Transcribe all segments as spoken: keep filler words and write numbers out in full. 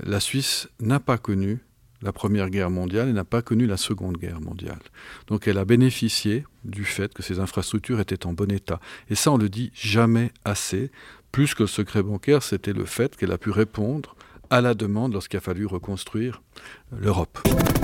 la Suisse n'a pas connu la Première Guerre mondiale et n'a pas connu la Seconde Guerre mondiale. Donc elle a bénéficié du fait que ses infrastructures étaient en bon état. Et ça, on le dit jamais assez. Plus que le secret bancaire, c'était le fait qu'elle a pu répondre à la demande lorsqu'il a fallu reconstruire l'Europe.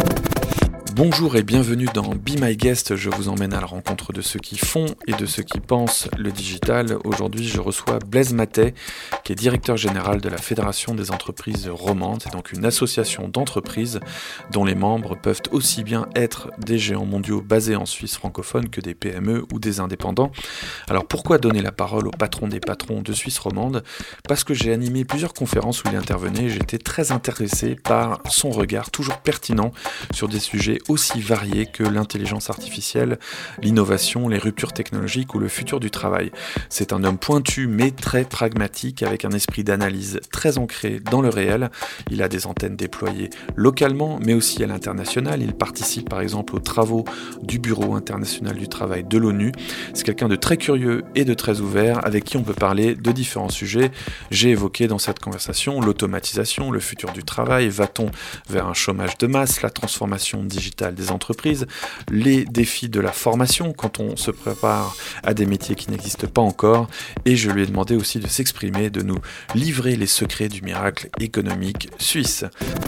Bonjour et bienvenue dans Be My Guest, je vous emmène à la rencontre de ceux qui font et de ceux qui pensent le digital. Aujourd'hui, je reçois Blaise Mathey, qui est directeur général de la Fédération des entreprises romandes. C'est donc une association d'entreprises dont les membres peuvent aussi bien être des géants mondiaux basés en Suisse francophone que des P M E ou des indépendants. Alors pourquoi donner la parole au patron des patrons de Suisse romande ? Parce que j'ai animé plusieurs conférences où il intervenait et j'étais très intéressé par son regard toujours pertinent sur des sujets aussi variés que l'intelligence artificielle, l'innovation, les ruptures technologiques ou le futur du travail. C'est un homme pointu mais très pragmatique avec un esprit d'analyse très ancré dans le réel. Il a des antennes déployées localement mais aussi à l'international. Il participe par exemple aux travaux du Bureau international du travail de l'ONU. C'est quelqu'un de très curieux et de très ouvert avec qui on peut parler de différents sujets. J'ai évoqué dans cette conversation l'automatisation, le futur du travail, va-t-on vers un chômage de masse, la transformation digitale des entreprises, les défis de la formation quand on se prépare à des métiers qui n'existent pas encore, et je lui ai demandé aussi de s'exprimer, de nous livrer les secrets du miracle économique suisse.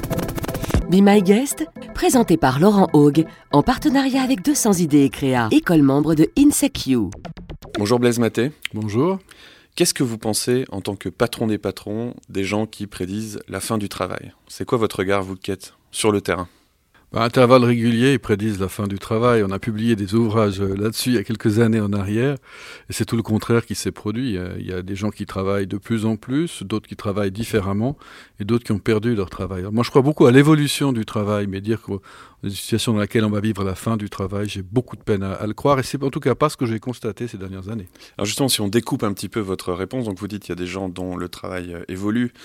Be My Guest, présenté par Laurent Haug, en partenariat avec deux cents idées et créa, école membre de INSEQ. Bonjour Blaise Mathey. Bonjour. Qu'est-ce que vous pensez, en tant que patron des patrons, des gens qui prédisent la fin du travail ? C'est quoi votre regard, vous qui êtes sur le terrain ? À intervalles réguliers, ils prédisent la fin du travail. On a publié des ouvrages là-dessus il y a quelques années en arrière. Et c'est tout le contraire qui s'est produit. Il y a des gens qui travaillent de plus en plus, d'autres qui travaillent différemment et d'autres qui ont perdu leur travail. Alors moi, je crois beaucoup à l'évolution du travail, mais dire que dans une situation dans laquelle on va vivre la fin du travail, j'ai beaucoup de peine à, à le croire. Et c'est en tout cas pas ce que j'ai constaté ces dernières années. Alors justement, si on découpe un petit peu votre réponse, donc vous dites qu'il y a des gens dont le travail euh, évolue,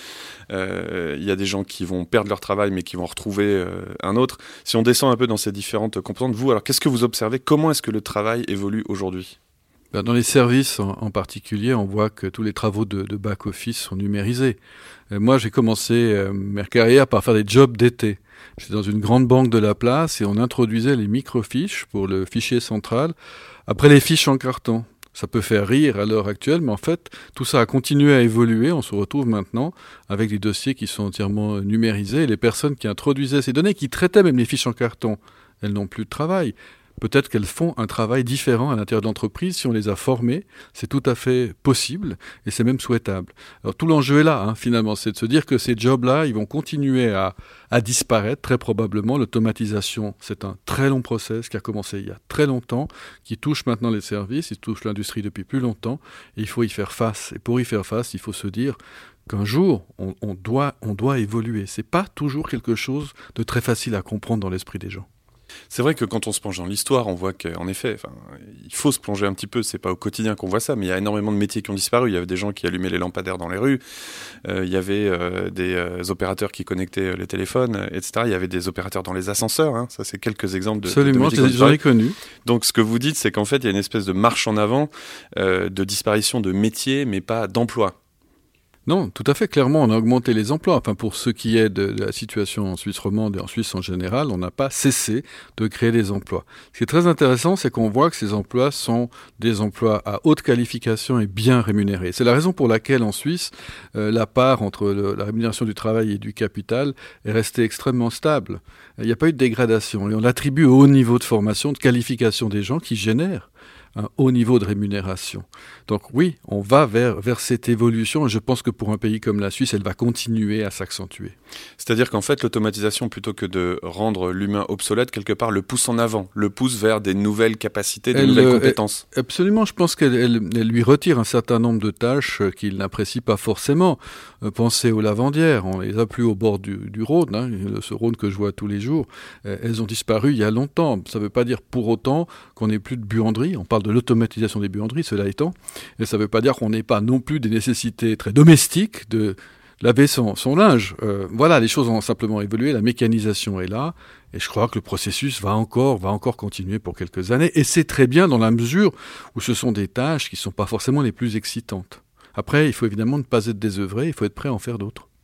euh, il y a des gens qui vont perdre leur travail mais qui vont retrouver euh, un autre. Si on descend un peu dans ces différentes composantes, vous, alors qu'est-ce que vous observez ? Comment est-ce que le travail évolue aujourd'hui ? Dans les services en, en particulier, on voit que tous les travaux de, de back-office sont numérisés. Euh, moi, j'ai commencé euh, ma carrière par faire des jobs d'été. J'étais dans une grande banque de la place et on introduisait les microfiches pour le fichier central après les fiches en carton. Ça peut faire rire à l'heure actuelle, mais en fait, tout ça a continué à évoluer. On se retrouve maintenant avec des dossiers qui sont entièrement numérisés. Et les personnes qui introduisaient ces données, qui traitaient même les fiches en carton, elles n'ont plus de travail. Peut-être qu'elles font un travail différent à l'intérieur de l'entreprise si on les a formées. C'est tout à fait possible et c'est même souhaitable. Alors tout l'enjeu est là, hein, finalement, c'est de se dire que ces jobs-là, ils vont continuer à, à disparaître, très probablement. L'automatisation, c'est un très long process qui a commencé il y a très longtemps, qui touche maintenant les services, il touche l'industrie depuis plus longtemps et il faut y faire face. Et pour y faire face, il faut se dire qu'un jour, on, on, doit, on doit évoluer. C'est pas toujours quelque chose de très facile à comprendre dans l'esprit des gens. C'est vrai que quand on se plonge dans l'histoire, on voit qu'en effet, enfin, il faut se plonger un petit peu, c'est pas au quotidien qu'on voit ça, mais il y a énormément de métiers qui ont disparu. Il y avait des gens qui allumaient les lampadaires dans les rues, euh, il y avait euh, des euh, opérateurs qui connectaient les téléphones, et cetera. Il y avait des opérateurs dans les ascenseurs, hein. Ça c'est quelques exemples de... Absolument, de, de j'en ai connu. Donc ce que vous dites, c'est qu'en fait, il y a une espèce de marche en avant, euh, de disparition de métiers, mais pas d'emplois. Non, tout à fait. Clairement, on a augmenté les emplois. Enfin, pour ce qui est de, de la situation en Suisse romande et en Suisse en général, on n'a pas cessé de créer des emplois. Ce qui est très intéressant, c'est qu'on voit que ces emplois sont des emplois à haute qualification et bien rémunérés. C'est la raison pour laquelle en Suisse, euh, la part entre le, la rémunération du travail et du capital est restée extrêmement stable. Il n'y a pas eu de dégradation et on l'attribue au haut niveau de formation, de qualification des gens qui génèrent un haut niveau de rémunération. Donc oui, on va vers, vers cette évolution et je pense que pour un pays comme la Suisse, elle va continuer à s'accentuer. C'est-à-dire qu'en fait, l'automatisation, plutôt que de rendre l'humain obsolète, quelque part, le pousse en avant, le pousse vers des nouvelles capacités, des elle, nouvelles compétences. Elle, absolument, je pense qu'elle elle, elle lui retire un certain nombre de tâches qu'il n'apprécie pas forcément. Euh, pensez aux lavandières, on les a plus au bord du, du Rhône, hein, ce Rhône que je vois tous les jours. Euh, elles ont disparu il y a longtemps. Ça ne veut pas dire pour autant qu'on n'ait plus de buanderie. On parle de l'automatisation des buanderies, cela étant. Et ça ne veut pas dire qu'on n'ait pas non plus des nécessités très domestiques de laver son, son linge. Euh, voilà, les choses ont simplement évolué, la mécanisation est là, et je crois que le processus va encore, va encore continuer pour quelques années, et c'est très bien dans la mesure où ce sont des tâches qui ne sont pas forcément les plus excitantes. Après, il faut évidemment ne pas être désœuvré, il faut être prêt à en faire d'autres.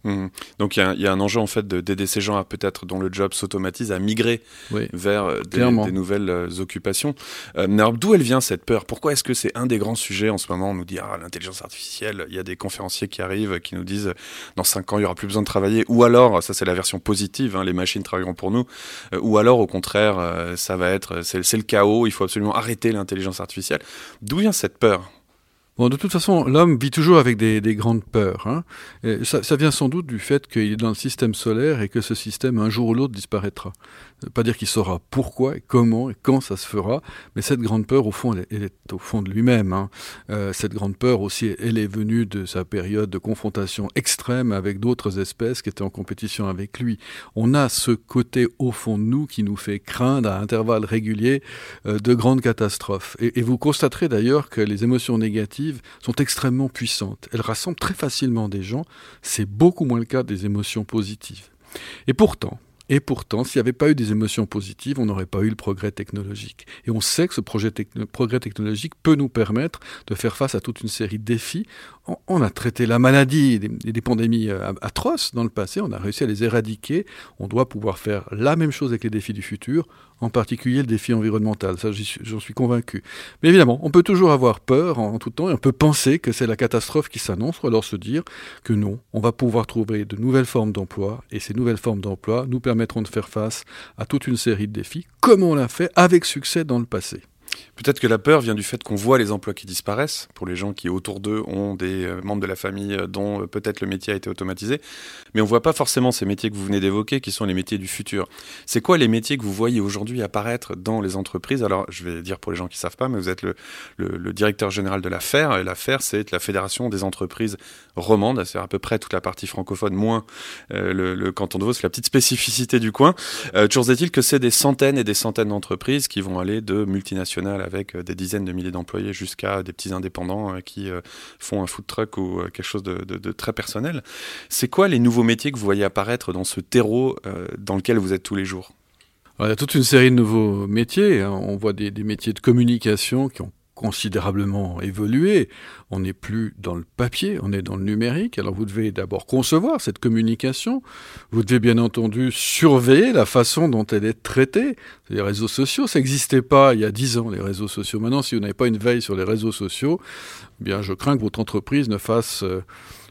Mmh. Donc il y, y a un enjeu en fait de, d'aider ces gens à peut-être dont le job s'automatise à migrer oui, vers des, des nouvelles euh, occupations. Euh, mais alors d'où elle vient cette peur ? Pourquoi est-ce que c'est un des grands sujets en ce moment ? On nous dit ah, l'intelligence artificielle, il y a des conférenciers qui arrivent qui nous disent dans cinq ans il y aura plus besoin de travailler, ou alors ça c'est la version positive, hein, les machines travailleront pour nous, euh, ou alors au contraire euh, ça va être c'est, c'est le chaos, il faut absolument arrêter l'intelligence artificielle. D'où vient cette peur ? Bon, de toute façon, l'homme vit toujours avec des, des grandes peurs. Hein. Et ça, ça vient sans doute du fait qu'il est dans le système solaire et que ce système, un jour ou l'autre, disparaîtra. Ça ne veut pas dire qu'il saura pourquoi, et comment et quand ça se fera, mais cette grande peur, au fond, elle est, elle est au fond de lui-même. Hein. Euh, cette grande peur aussi, elle est venue de sa période de confrontation extrême avec d'autres espèces qui étaient en compétition avec lui. On a ce côté au fond de nous qui nous fait craindre à intervalles réguliers euh, de grandes catastrophes. Et, et vous constaterez d'ailleurs que les émotions négatives sont extrêmement puissantes. Elles rassemblent très facilement des gens. C'est beaucoup moins le cas des émotions positives. Et pourtant, et pourtant, s'il n'y avait pas eu des émotions positives, on n'aurait pas eu le progrès technologique. Et on sait que ce projet techno- progrès technologique peut nous permettre de faire face à toute une série de défis. On, on a traité la maladie et des, des pandémies euh, atroces dans le passé, on a réussi à les éradiquer. On doit pouvoir faire la même chose avec les défis du futur, en particulier le défi environnemental. Ça, j'y suis, j'en suis convaincu. Mais évidemment, on peut toujours avoir peur en, en tout temps et on peut penser que c'est la catastrophe qui s'annonce, ou alors se dire que non, on va pouvoir trouver de nouvelles formes d'emploi et ces nouvelles formes d'emploi nous permettront de faire face à toute une série de défis, comme on l'a fait avec succès dans le passé. Peut-être que la peur vient du fait qu'on voit les emplois qui disparaissent, pour les gens qui autour d'eux ont des euh, membres de la famille dont euh, peut-être le métier a été automatisé, mais on ne voit pas forcément ces métiers que vous venez d'évoquer, qui sont les métiers du futur. C'est quoi les métiers que vous voyez aujourd'hui apparaître dans les entreprises ? Alors, je vais dire pour les gens qui ne savent pas, mais vous êtes le, le, le directeur général de la F E R, et la F E R, c'est la Fédération des entreprises romandes, c'est à peu près toute la partie francophone, moins euh, le, le canton de Vaud, c'est la petite spécificité du coin. Euh, toujours est-il que c'est des centaines et des centaines d'entreprises qui vont aller de multinationales avec des dizaines de milliers d'employés jusqu'à des petits indépendants qui font un food truck ou quelque chose de, de, de très personnel. C'est quoi les nouveaux métiers que vous voyez apparaître dans ce terreau dans lequel vous êtes tous les jours ? Alors, il y a toute une série de nouveaux métiers. On voit des, des métiers de communication qui ont considérablement évolué. On n'est plus dans le papier, on est dans le numérique. Alors vous devez d'abord concevoir cette communication. Vous devez bien entendu surveiller la façon dont elle est traitée. Les réseaux sociaux, ça n'existait pas il y a dix ans, les réseaux sociaux. Maintenant, si vous n'avez pas une veille sur les réseaux sociaux, eh bien, je crains que votre entreprise ne fasse... Euh,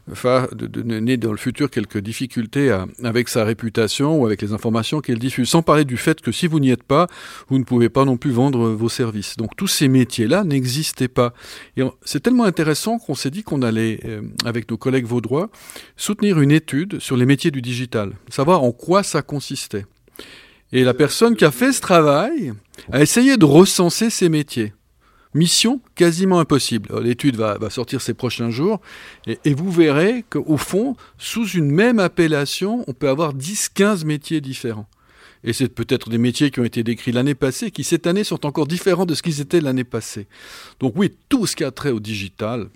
de, de, de naître dans le futur quelques difficultés à, avec sa réputation ou avec les informations qu'elle diffuse, sans parler du fait que si vous n'y êtes pas, vous ne pouvez pas non plus vendre vos services. Donc tous ces métiers-là n'existaient pas. Et on, c'est tellement intéressant qu'on s'est dit qu'on allait, euh, avec nos collègues vaudois, soutenir une étude sur les métiers du digital, savoir en quoi ça consistait. Et la personne qui a fait ce travail a essayé de recenser ces métiers. Mission quasiment impossible. Alors, l'étude va, va sortir ces prochains jours et, et vous verrez qu'au fond, sous une même appellation, on peut avoir dix à quinze métiers différents. Et c'est peut-être des métiers qui ont été décrits l'année passée, qui cette année sont encore différents de ce qu'ils étaient l'année passée. Donc oui, tout ce qui a trait au digital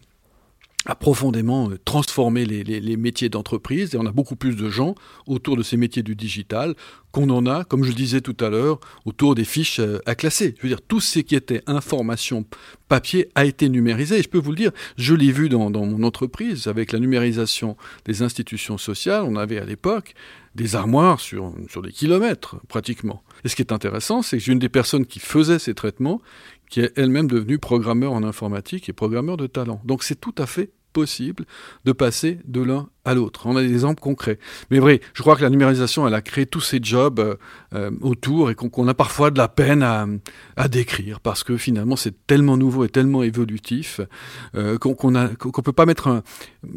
a profondément transformé les, les, les métiers d'entreprise et on a beaucoup plus de gens autour de ces métiers du digital qu'on en a, comme je le disais tout à l'heure, autour des fiches à classer. Je veux dire, tout ce qui était information papier a été numérisé. Et je peux vous le dire, je l'ai vu dans, dans mon entreprise avec la numérisation des institutions sociales. On avait à l'époque des armoires sur, sur des kilomètres pratiquement. Et ce qui est intéressant, c'est que j'ai une des personnes qui faisait ces traitements qui est elle-même devenue programmeur en informatique et programmeur de talent. Donc c'est tout à fait possible de passer de l'un à l'autre. On a des exemples concrets. Mais vrai, je crois que la numérisation, elle a créé tous ces jobs euh, euh, autour et qu'on, qu'on a parfois de la peine à, à décrire parce que finalement c'est tellement nouveau et tellement évolutif euh, qu'on qu'on a, qu'on peut pas mettre un,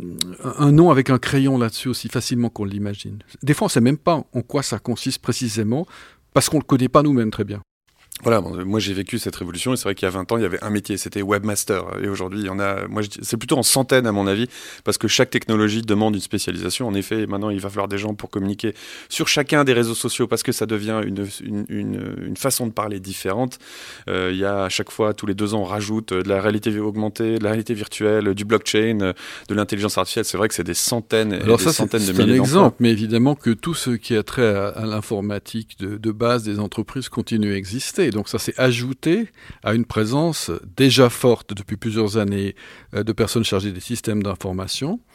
un nom avec un crayon là-dessus aussi facilement qu'on l'imagine. Des fois, on sait même pas en quoi ça consiste précisément parce qu'on le connaît pas nous-mêmes très bien. Voilà, bon, moi j'ai vécu cette révolution et c'est vrai qu'il y a vingt ans, il y avait un métier, c'était webmaster. Et aujourd'hui, il y en a, moi, je, c'est plutôt en centaines à mon avis, parce que chaque technologie demande une spécialisation. En effet, maintenant, il va falloir des gens pour communiquer sur chacun des réseaux sociaux parce que ça devient une, une, une, une façon de parler différente. Euh, il y a à chaque fois, tous les deux ans, on rajoute de la réalité augmentée, de la réalité virtuelle, du blockchain, de l'intelligence artificielle. C'est vrai que c'est des centaines et Alors des ça, centaines c'est, de c'est milliers d'emplois. C'est un exemple, mais évidemment que tout ce qui a trait à, à l'informatique de, de base des entreprises continue à exister. Donc ça s'est ajouté à une présence déjà forte depuis plusieurs années euh, de personnes chargées des systèmes d'information.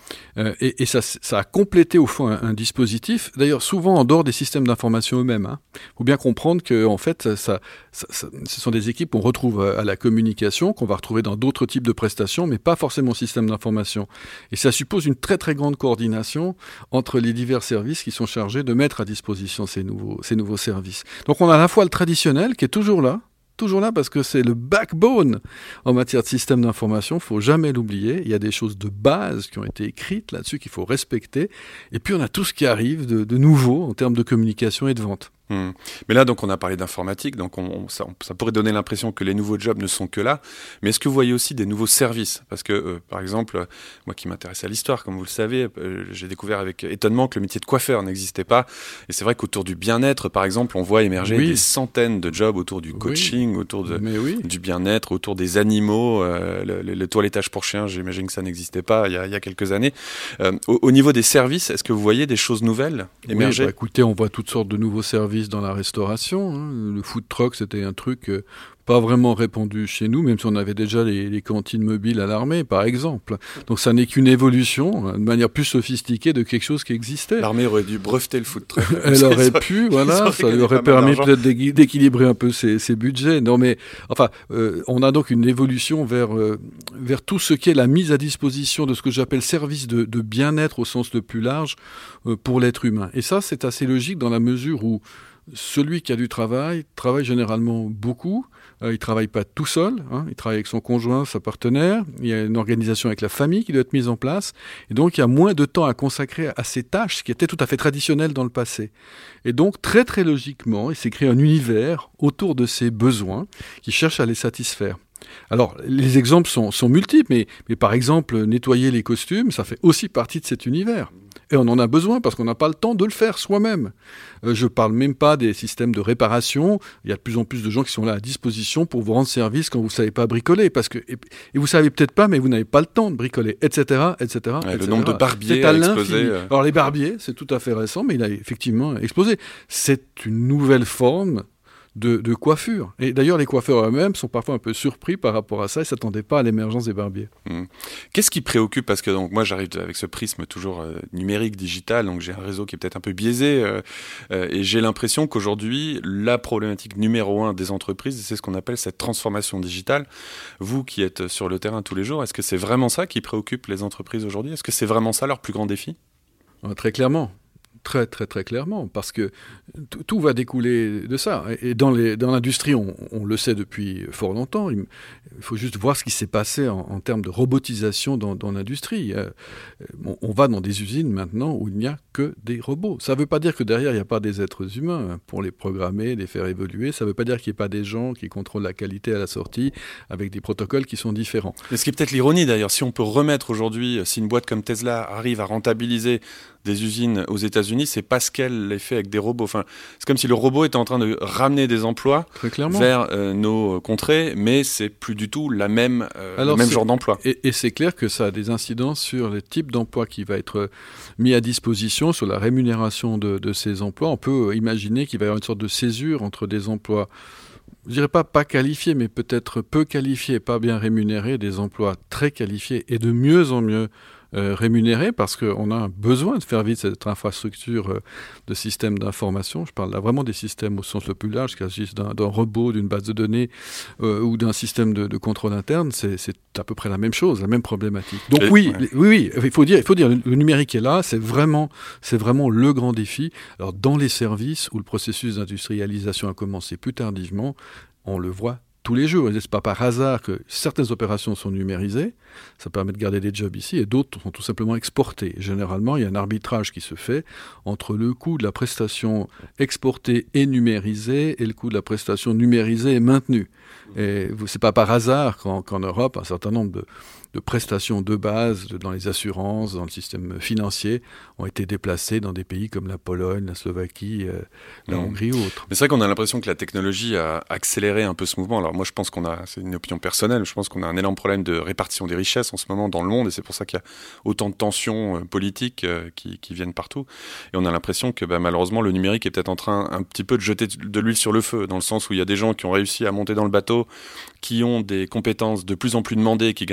Euh, et et ça, ça a complété au fond un, un dispositif, d'ailleurs souvent en dehors des systèmes d'information eux-mêmes. Hein. Faut bien comprendre que en fait, ça, ça, ça, ce sont des équipes qu'on retrouve à la communication, qu'on va retrouver dans d'autres types de prestations, mais pas forcément au système d'information. Et ça suppose une très très grande coordination entre les divers services qui sont chargés de mettre à disposition ces nouveaux, ces nouveaux services. Donc on a à la fois le traditionnel qui est toujours là, toujours là parce que c'est le backbone en matière de système d'information, il ne faut jamais l'oublier. Il y a des choses de base qui ont été écrites là-dessus qu'il faut respecter. Et puis on a tout ce qui arrive de, de nouveau en termes de communication et de vente. Mmh. Mais là, donc, on a parlé d'informatique, donc on, on, ça, on, ça pourrait donner l'impression que les nouveaux jobs ne sont que là. Mais est-ce que vous voyez aussi des nouveaux services ? Parce que, euh, par exemple, euh, moi qui m'intéresse à l'histoire, comme vous le savez, euh, j'ai découvert avec étonnement que le métier de coiffeur n'existait pas. Et c'est vrai qu'autour du bien-être, par exemple, on voit émerger oui. des centaines de jobs autour du coaching, oui. autour de, oui. du bien-être, autour des animaux. Euh, le, le, le toilettage pour chiens, j'imagine que ça n'existait pas il y a, il y a quelques années. Euh, au, au niveau des services, est-ce que vous voyez des choses nouvelles émerger ? Oui, bah, écoutez, on voit toutes sortes de nouveaux services dans la restauration. Hein. Le food truck, c'était un truc euh, pas vraiment répandu chez nous, même si on avait déjà les, les cantines mobiles à l'armée, par exemple. Donc ça n'est qu'une évolution, de manière plus sophistiquée, de quelque chose qui existait. L'armée aurait dû breveter le food truck. Elle aurait pu, voilà, ça lui aurait permis peut-être d'équilibrer un peu ses, ses budgets. Non, mais enfin, euh, on a donc une évolution vers euh, vers tout ce qui est la mise à disposition de ce que j'appelle service de, de bien-être au sens le plus large euh, pour l'être humain. Et ça, c'est assez logique dans la mesure où celui qui a du travail travaille généralement beaucoup. Euh, il ne travaille pas tout seul, hein, il travaille avec son conjoint, sa partenaire. Il y a une organisation avec la famille qui doit être mise en place. Et donc, il y a moins de temps à consacrer à ces tâches, ce qui était tout à fait traditionnel dans le passé. Et donc, très très logiquement, il s'est créé un univers autour de ces besoins qui cherche à les satisfaire. Alors, les exemples sont, sont multiples, mais, mais par exemple, nettoyer les costumes, ça fait aussi partie de cet univers. Et on en a besoin parce qu'on n'a pas le temps de le faire soi-même. Euh, je ne parle même pas des systèmes de réparation. Il y a de plus en plus de gens qui sont là à disposition pour vous rendre service quand vous ne savez pas bricoler. Parce que, et, et vous ne savez peut-être pas, mais vous n'avez pas le temps de bricoler, et cetera, et cetera, ouais, et cetera. Le nombre de barbiers a explosé. Euh... Alors les barbiers, c'est tout à fait récent, mais il a effectivement explosé. C'est une nouvelle forme De, de coiffure. Et d'ailleurs, les coiffeurs eux-mêmes sont parfois un peu surpris par rapport à ça et ne s'attendaient pas à l'émergence des barbiers. Mmh. Qu'est-ce qui préoccupe ? Parce que donc, moi, j'arrive avec ce prisme toujours euh, numérique, digital, donc j'ai un réseau qui est peut-être un peu biaisé, euh, euh, et j'ai l'impression qu'aujourd'hui, la problématique numéro un des entreprises, c'est ce qu'on appelle cette transformation digitale. Vous qui êtes sur le terrain tous les jours, est-ce que c'est vraiment ça qui préoccupe les entreprises aujourd'hui ? Est-ce que c'est vraiment ça leur plus grand défi ? euh, Très clairement. Très, très, très clairement, parce que t- tout va découler de ça. Et dans, les, dans l'industrie, on, on le sait depuis fort longtemps. Il, il faut juste voir ce qui s'est passé en, en termes de robotisation dans, dans l'industrie. Euh, on, on va dans des usines maintenant où il n'y a que des robots. Ça ne veut pas dire que derrière, il n'y a pas des êtres humains pour les programmer, les faire évoluer. Ça ne veut pas dire qu'il n'y ait pas des gens qui contrôlent la qualité à la sortie avec des protocoles qui sont différents. Mais ce qui est peut-être l'ironie d'ailleurs, si on peut remettre aujourd'hui, si une boîte comme Tesla arrive à rentabiliser des usines aux États-Unis, c'est parce qu'elle les fait avec des robots. Enfin, c'est comme si le robot était en train de ramener des emplois vers euh, nos contrées, mais c'est plus du tout la même, euh, Alors, le même genre d'emploi. Et, et c'est clair que ça a des incidences sur le type d'emploi qui va être mis à disposition, sur la rémunération de, de ces emplois. On peut imaginer qu'il va y avoir une sorte de césure entre des emplois, je dirais pas pas qualifiés, mais peut-être peu qualifiés, pas bien rémunérés, des emplois très qualifiés et de mieux en mieux Euh, rémunérés, parce qu'on a besoin de faire vivre cette infrastructure euh, de systèmes d'information. Je parle là vraiment des systèmes au sens le plus large, qu'il s'agisse d'un, d'un robot, d'une base de données euh, ou d'un système de, de contrôle interne. C'est, c'est à peu près la même chose, la même problématique. Donc Et, oui, ouais. les, oui, oui, il faut dire, il faut dire, le, le numérique est là, c'est vraiment, c'est vraiment le grand défi. Alors dans les services où le processus d'industrialisation a commencé plus tardivement, on le voit tous les jours. Ce n'est pas par hasard que certaines opérations sont numérisées, ça permet de garder des jobs ici, et d'autres sont tout simplement exportées. Généralement, il y a un arbitrage qui se fait entre le coût de la prestation exportée et numérisée et le coût de la prestation numérisée et maintenue. Et ce n'est pas par hasard qu'en, qu'en Europe, un certain nombre de, de prestations de base de, dans les assurances, dans le système financier, ont été déplacées dans des pays comme la Pologne, la Slovaquie, euh, la mmh. Hongrie ou autres. Mais c'est vrai qu'on a l'impression que la technologie a accéléré un peu ce mouvement. Alors moi, je pense qu'on a, c'est une opinion personnelle, je pense qu'on a un énorme problème de répartition des richesses en ce moment dans le monde, et c'est pour ça qu'il y a autant de tensions euh, politiques euh, qui, qui viennent partout. Et on a l'impression que bah, malheureusement, le numérique est peut-être en train un petit peu de jeter de l'huile sur le feu, dans le sens où il y a des gens qui ont réussi à monter dans le bateau, qui ont des compétences de plus en plus demandées, qui gagnent de plus en plus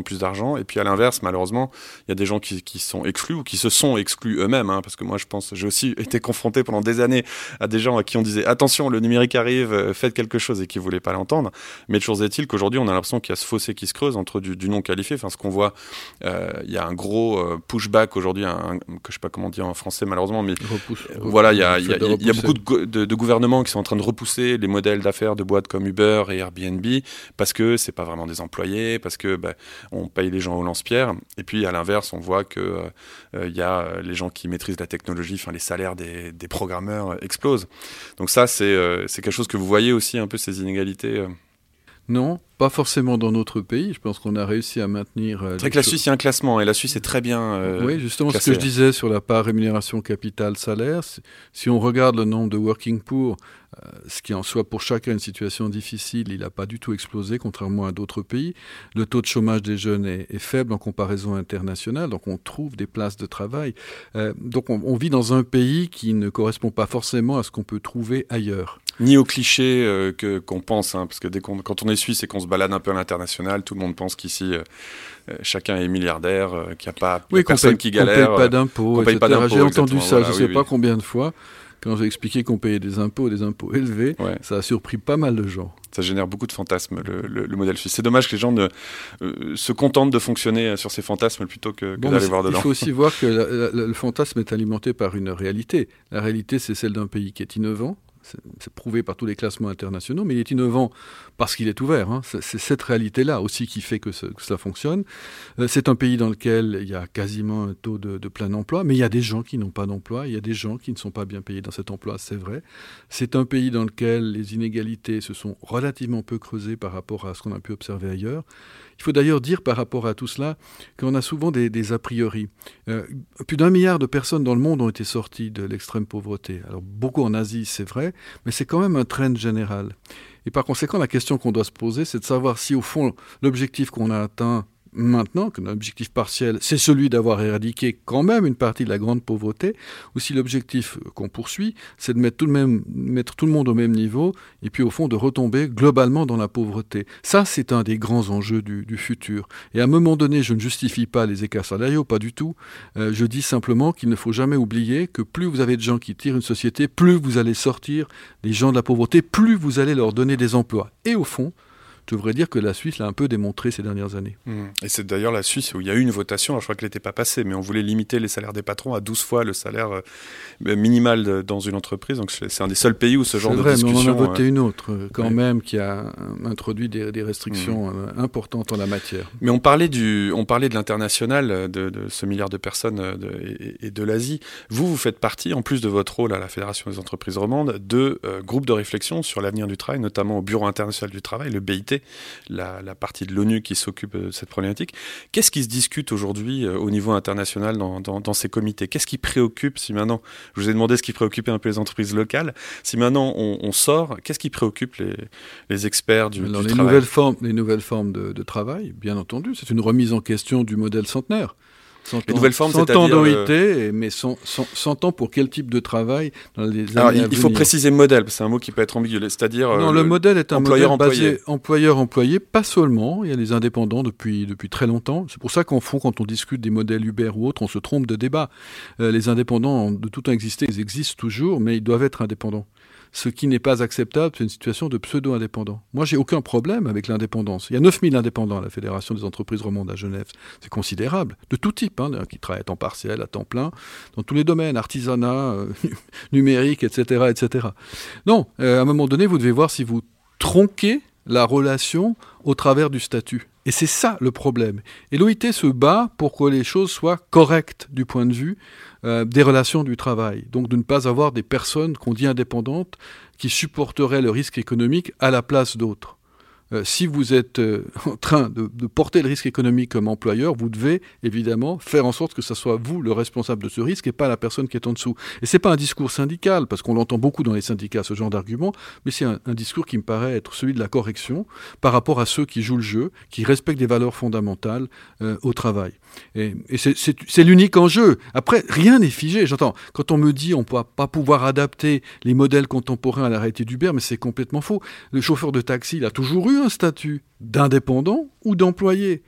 plus d'argent. Et puis à l'inverse, malheureusement, il y a des gens qui, qui sont exclus ou qui se sont exclus eux-mêmes. Hein, parce que moi, je pense, j'ai aussi été confronté pendant des années à des gens à qui on disait attention, le numérique arrive, faites quelque chose, et qui voulaient pas l'entendre. Mais toujours est-il qu'aujourd'hui, on a l'impression qu'il y a ce fossé qui se creuse entre du, du non qualifié. Enfin, ce qu'on voit, euh, il y a un gros euh, pushback aujourd'hui, un, un, que je sais pas comment dire en français malheureusement, mais Repousse, euh, voilà, il y a, il y a, de il y a beaucoup de, de, de gouvernements qui sont en train de repousser les modèles d'affaires de boîtes comme Uber et Airbnb parce que c'est pas vraiment des employés, parce que bah, on paye les gens au lance-pierre. Et puis à l'inverse, on voit que il euh, y a les gens qui maîtrisent la technologie, enfin les salaires des, des programmeurs explosent. Donc ça, c'est euh, c'est quelque chose que vous voyez aussi un peu, ces inégalités. Euh. Non, pas forcément dans notre pays. Je pense qu'on a réussi à maintenir... Euh, c'est vrai que la Suisse, il y a un classement, et la Suisse est très bien euh, Oui, justement, classée. Ce que je disais sur la part rémunération capital salaire, si on regarde le nombre de working poor, euh, ce qui en soit pour chacun une situation difficile, il n'a pas du tout explosé, contrairement à d'autres pays. Le taux de chômage des jeunes est, est faible en comparaison internationale, donc on trouve des places de travail. Euh, donc on, on vit dans un pays qui ne correspond pas forcément à ce qu'on peut trouver ailleurs. Ni aux clichés euh, que, qu'on pense, hein, parce que dès qu'on, quand on est suisse et qu'on se balade un peu à l'international, tout le monde pense qu'ici, euh, euh, chacun est milliardaire, euh, qu'il n'y a pas oui, personne paye, qui galère. qu'on ne paye pas d'impôts, qu'on paye pas d'impôts. J'ai entendu ça, voilà, je ne oui, sais oui. pas combien de fois, quand j'ai expliqué qu'on payait des impôts, des impôts élevés, ouais. Ça a surpris pas mal de gens. Ça génère beaucoup de fantasmes, le, le, le modèle suisse. C'est dommage que les gens ne, euh, se contentent de fonctionner sur ces fantasmes plutôt que, que bon, d'aller voir dedans. Il faut aussi voir que la, la, le fantasme est alimenté par une réalité. La réalité, c'est celle d'un pays qui est innovant. C'est, c'est prouvé par tous les classements internationaux, mais il est innovant parce qu'il est ouvert. Hein. C'est, c'est cette réalité-là aussi qui fait que, ce, que ça fonctionne. Euh, c'est un pays dans lequel il y a quasiment un taux de, de plein emploi, mais il y a des gens qui n'ont pas d'emploi, il y a des gens qui ne sont pas bien payés dans cet emploi, c'est vrai. C'est un pays dans lequel les inégalités se sont relativement peu creusées par rapport à ce qu'on a pu observer ailleurs. Il faut d'ailleurs dire par rapport à tout cela qu'on a souvent des, des a priori. Euh, plus d'un milliard de personnes dans le monde ont été sorties de l'extrême pauvreté. Alors beaucoup en Asie, c'est vrai, mais c'est quand même un trend général. Et par conséquent, la question qu'on doit se poser, c'est de savoir si au fond, l'objectif qu'on a atteint maintenant, que notre objectif partiel, c'est celui d'avoir éradiqué quand même une partie de la grande pauvreté, ou si l'objectif qu'on poursuit, c'est de mettre tout, le même, mettre tout le monde au même niveau, et puis au fond de retomber globalement dans la pauvreté. Ça, c'est un des grands enjeux du, du futur. Et à un moment donné, je ne justifie pas les écarts salariaux, pas du tout. Euh, je dis simplement qu'il ne faut jamais oublier que plus vous avez de gens qui tirent une société, plus vous allez sortir les gens de la pauvreté, plus vous allez leur donner des emplois. Et au fond, je devrais dire que la Suisse l'a un peu démontré ces dernières années. Mmh. Et c'est d'ailleurs la Suisse où il y a eu une votation, alors je crois qu'elle n'était pas passée, mais on voulait limiter les salaires des patrons à douze fois le salaire euh, minimal de, dans une entreprise. Donc c'est un des seuls pays où ce genre c'est de vrai, discussion... Mais on en a voté euh... une autre, quand ouais. même, qui a introduit des, des restrictions mmh. euh, importantes en la matière. Mais on parlait, du, on parlait de l'international, de, de ce milliard de personnes de, et, et de l'Asie. Vous, vous faites partie, en plus de votre rôle à la Fédération des entreprises romandes, de euh, groupes de réflexion sur l'avenir du travail, notamment au Bureau international du travail, le B I T, la la partie de l'ONU qui s'occupe de cette problématique. Qu'est-ce qui se discute aujourd'hui euh, au niveau international dans, dans, dans ces comités ? Qu'est-ce qui préoccupe, si maintenant, je vous ai demandé ce qui préoccupait un peu les entreprises locales, si maintenant on, on sort, qu'est-ce qui préoccupe les, les experts du, Alors, du les travail ? nouvelles formes, les nouvelles formes de, de travail, bien entendu, c'est une remise en question du modèle centenaire. cent les nouvelles formes, cent c'est-à-dire ans d'O I T, le... mais cent, cent, cent ans pour quel type de travail dans les Alors, années il, à il faut venir. préciser modèle, parce que c'est un mot qui peut être ambigu, c'est-à-dire... Non, euh, le, le modèle est un employeur, modèle basé employé. employeur-employé, pas seulement, il y a les indépendants depuis, depuis très longtemps. C'est pour ça qu'en fond, quand on discute des modèles Uber ou autres, on se trompe de débat. Euh, les indépendants ont de tout temps existé, ils existent toujours, mais ils doivent être indépendants. Ce qui n'est pas acceptable, c'est une situation de pseudo-indépendant. Moi, j'ai aucun problème avec l'indépendance. Il y a neuf mille indépendants à la Fédération des entreprises romandes à Genève. C'est considérable, de tout type, hein, qui travaillent à temps partiel, à temps plein, dans tous les domaines, artisanat, euh, numérique, et cetera, et cetera. Non, euh, à un moment donné, vous devez voir si vous tronquez la relation au travers du statut. Et c'est ça le problème. Et l'O I T se bat pour que les choses soient correctes du point de vue euh, des relations du travail. Donc de ne pas avoir des personnes qu'on dit indépendantes qui supporteraient le risque économique à la place d'autres. Euh, si vous êtes euh, en train de, de porter le risque économique comme employeur, vous devez évidemment faire en sorte que ce soit vous le responsable de ce risque et pas la personne qui est en dessous. Et c'est pas un discours syndical, parce qu'on l'entend beaucoup dans les syndicats, ce genre d'argument, mais c'est un, un discours qui me paraît être celui de la correction par rapport à ceux qui jouent le jeu, qui respectent des valeurs fondamentales euh, au travail. Et, et c'est, c'est, c'est l'unique enjeu. Après, rien n'est figé. J'entends, quand on me dit on ne va pas pouvoir adapter les modèles contemporains à la réalité d'Uber, mais c'est complètement faux. Le chauffeur de taxi, il a toujours eu un statut d'indépendant ou d'employé.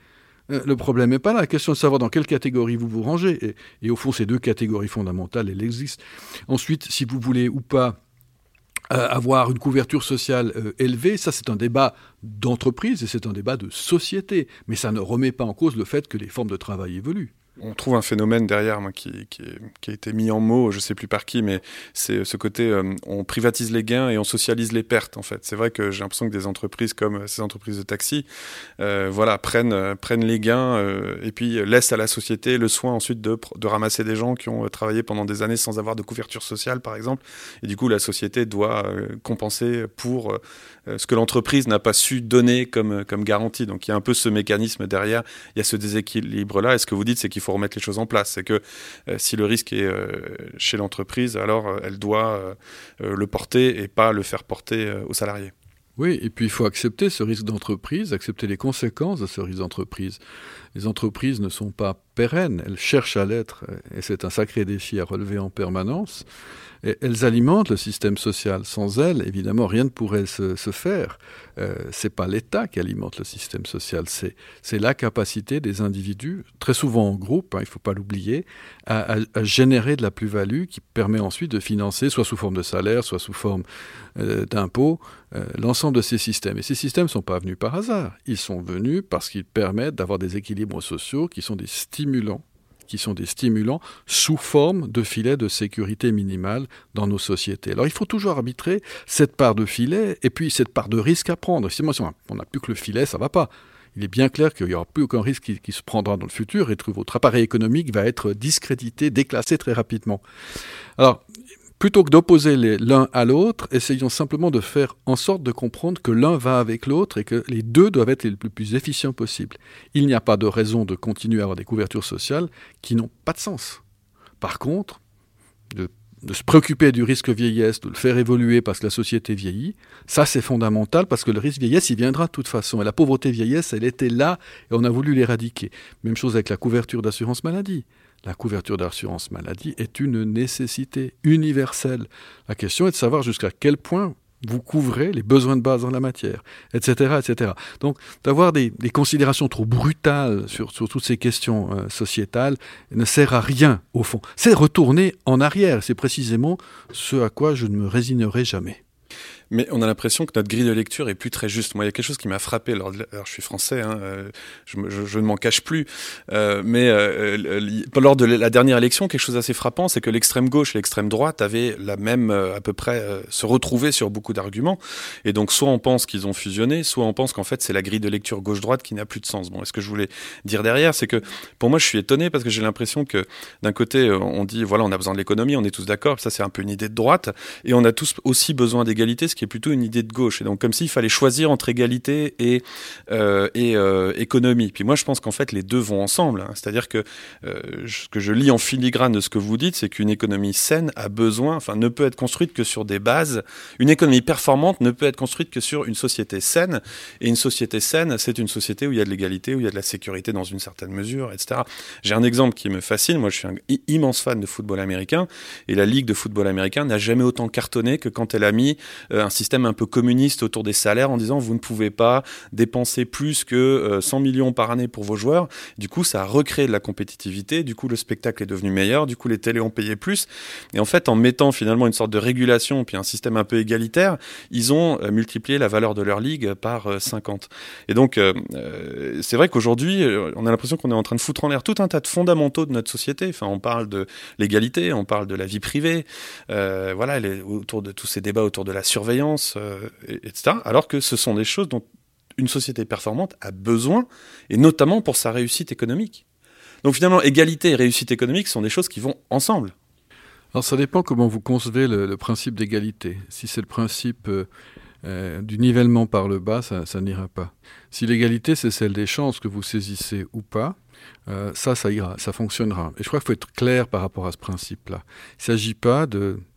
Euh, le problème n'est pas là. La question est de savoir dans quelle catégorie vous vous rangez. Et, et au fond, ces deux catégories fondamentales, elles existent. Ensuite, si vous voulez ou pas euh, avoir une couverture sociale euh, élevée, ça c'est un débat d'entreprise et c'est un débat de société. Mais ça ne remet pas en cause le fait que les formes de travail évoluent. On trouve un phénomène derrière moi, qui, qui, est, qui a été mis en mots, je ne sais plus par qui, mais c'est ce côté, euh, on privatise les gains et on socialise les pertes, en fait. C'est vrai que j'ai l'impression que des entreprises comme ces entreprises de taxi euh, voilà, prennent, euh, prennent les gains euh, et puis laissent à la société le soin ensuite de, de ramasser des gens qui ont travaillé pendant des années sans avoir de couverture sociale, par exemple. Et du coup, la société doit euh, compenser pour euh, ce que l'entreprise n'a pas su donner comme, comme garantie. Donc, il y a un peu ce mécanisme derrière, il y a ce déséquilibre-là. Et ce que vous dites, c'est qu'il faut remettre les choses en place. C'est que euh, si le risque est euh, chez l'entreprise, alors euh, elle doit euh, le porter et pas le faire porter euh, aux salariés. Oui, et puis il faut accepter ce risque d'entreprise, accepter les conséquences de ce risque d'entreprise. Les entreprises ne sont pas pérennes, elles cherchent à l'être, et c'est un sacré défi à relever en permanence. Et elles alimentent le système social. Sans elles, évidemment, rien ne pourrait se, se faire. Euh, c'est pas l'État qui alimente le système social, c'est, c'est la capacité des individus, très souvent en groupe, hein, il ne faut pas l'oublier, à, à, à générer de la plus-value qui permet ensuite de financer, soit sous forme de salaire, soit sous forme euh, d'impôts, euh, l'ensemble de ces systèmes. Et ces systèmes ne sont pas venus par hasard. Ils sont venus parce qu'ils permettent d'avoir des équilibres sociaux qui sont des stimulants qui sont des stimulants sous forme de filets de sécurité minimale dans nos sociétés. Alors il faut toujours arbitrer cette part de filet et puis cette part de risque à prendre. Si on n'a plus que le filet, ça ne va pas. Il est bien clair qu'il n'y aura plus aucun risque qui, qui se prendra dans le futur et que votre appareil économique va être discrédité, déclassé très rapidement. Alors, plutôt que d'opposer les, l'un à l'autre, essayons simplement de faire en sorte de comprendre que l'un va avec l'autre et que les deux doivent être les plus, plus efficients possible. Il n'y a pas de raison de continuer à avoir des couvertures sociales qui n'ont pas de sens. Par contre, de, de se préoccuper du risque vieillesse, de le faire évoluer parce que la société vieillit, ça c'est fondamental parce que le risque vieillesse, il viendra de toute façon. Et la pauvreté vieillesse, elle était là et on a voulu l'éradiquer. Même chose avec la couverture d'assurance maladie. La couverture d'assurance maladie est une nécessité universelle. La question est de savoir jusqu'à quel point vous couvrez les besoins de base en la matière, et cetera, et cetera. Donc, d'avoir des, des considérations trop brutales sur, sur toutes ces questions euh, sociétales ne sert à rien, au fond. C'est retourner en arrière. C'est précisément ce à quoi je ne me résignerai jamais. Mais on a l'impression que notre grille de lecture est plus très juste. Moi, il y a quelque chose qui m'a frappé. Alors, alors je suis français, hein, euh, je, je, je ne m'en cache plus. Euh, mais euh, lors de la dernière élection, quelque chose d'assez frappant, c'est que l'extrême gauche et l'extrême droite avaient la même, euh, à peu près, euh, se retrouver sur beaucoup d'arguments. Et donc, soit on pense qu'ils ont fusionné, soit on pense qu'en fait, c'est la grille de lecture gauche-droite qui n'a plus de sens. Bon, et ce que je voulais dire derrière, c'est que pour moi, je suis étonné parce que j'ai l'impression que d'un côté, on dit, voilà, on a besoin de l'économie, on est tous d'accord. Ça, c'est un peu une idée de droite. Et on a tous aussi besoin d'égalité, ce qui est plutôt une idée de gauche. Et donc, comme s'il fallait choisir entre égalité et, euh, et euh, économie. Puis moi, je pense qu'en fait, les deux vont ensemble. Hein. C'est-à-dire que euh, ce que je lis en filigrane de ce que vous dites, c'est qu'une économie saine a besoin, enfin, ne peut être construite que sur des bases. Une économie performante ne peut être construite que sur une société saine. Et une société saine, c'est une société où il y a de l'égalité, où il y a de la sécurité dans une certaine mesure, et cetera. J'ai un exemple qui me fascine. Moi, je suis un immense fan de football américain. Et la Ligue de football américain n'a jamais autant cartonné que quand elle a mis euh, un système un peu communiste autour des salaires en disant vous ne pouvez pas dépenser plus que euh, cent millions par année pour vos joueurs. Du coup, ça a recréé de la compétitivité. Du coup, le spectacle est devenu meilleur. Du coup, les télés ont payé plus. Et en fait, en mettant finalement une sorte de régulation puis un système un peu égalitaire, ils ont euh, multiplié la valeur de leur ligue par euh, cinquante. Et donc, euh, euh, c'est vrai qu'aujourd'hui, euh, on a l'impression qu'on est en train de foutre en l'air tout un tas de fondamentaux de notre société. Enfin, on parle de l'égalité, on parle de la vie privée, euh, voilà, les, autour de tous ces débats autour de la surveillance, euh, et cetera. Alors que ce sont des choses dont une société performante a besoin, et notamment pour sa réussite économique. Donc finalement, égalité et réussite économique sont des choses qui vont ensemble. Alors ça dépend comment vous concevez le, le principe d'égalité. Si c'est le principe euh, euh, du nivellement par le bas, ça, ça n'ira pas. Si l'égalité, c'est celle des chances que vous saisissez ou pas, Euh, ça, ça ira, ça fonctionnera. Et je crois qu'il faut être clair par rapport à ce principe-là. Il ne s'agit pas de,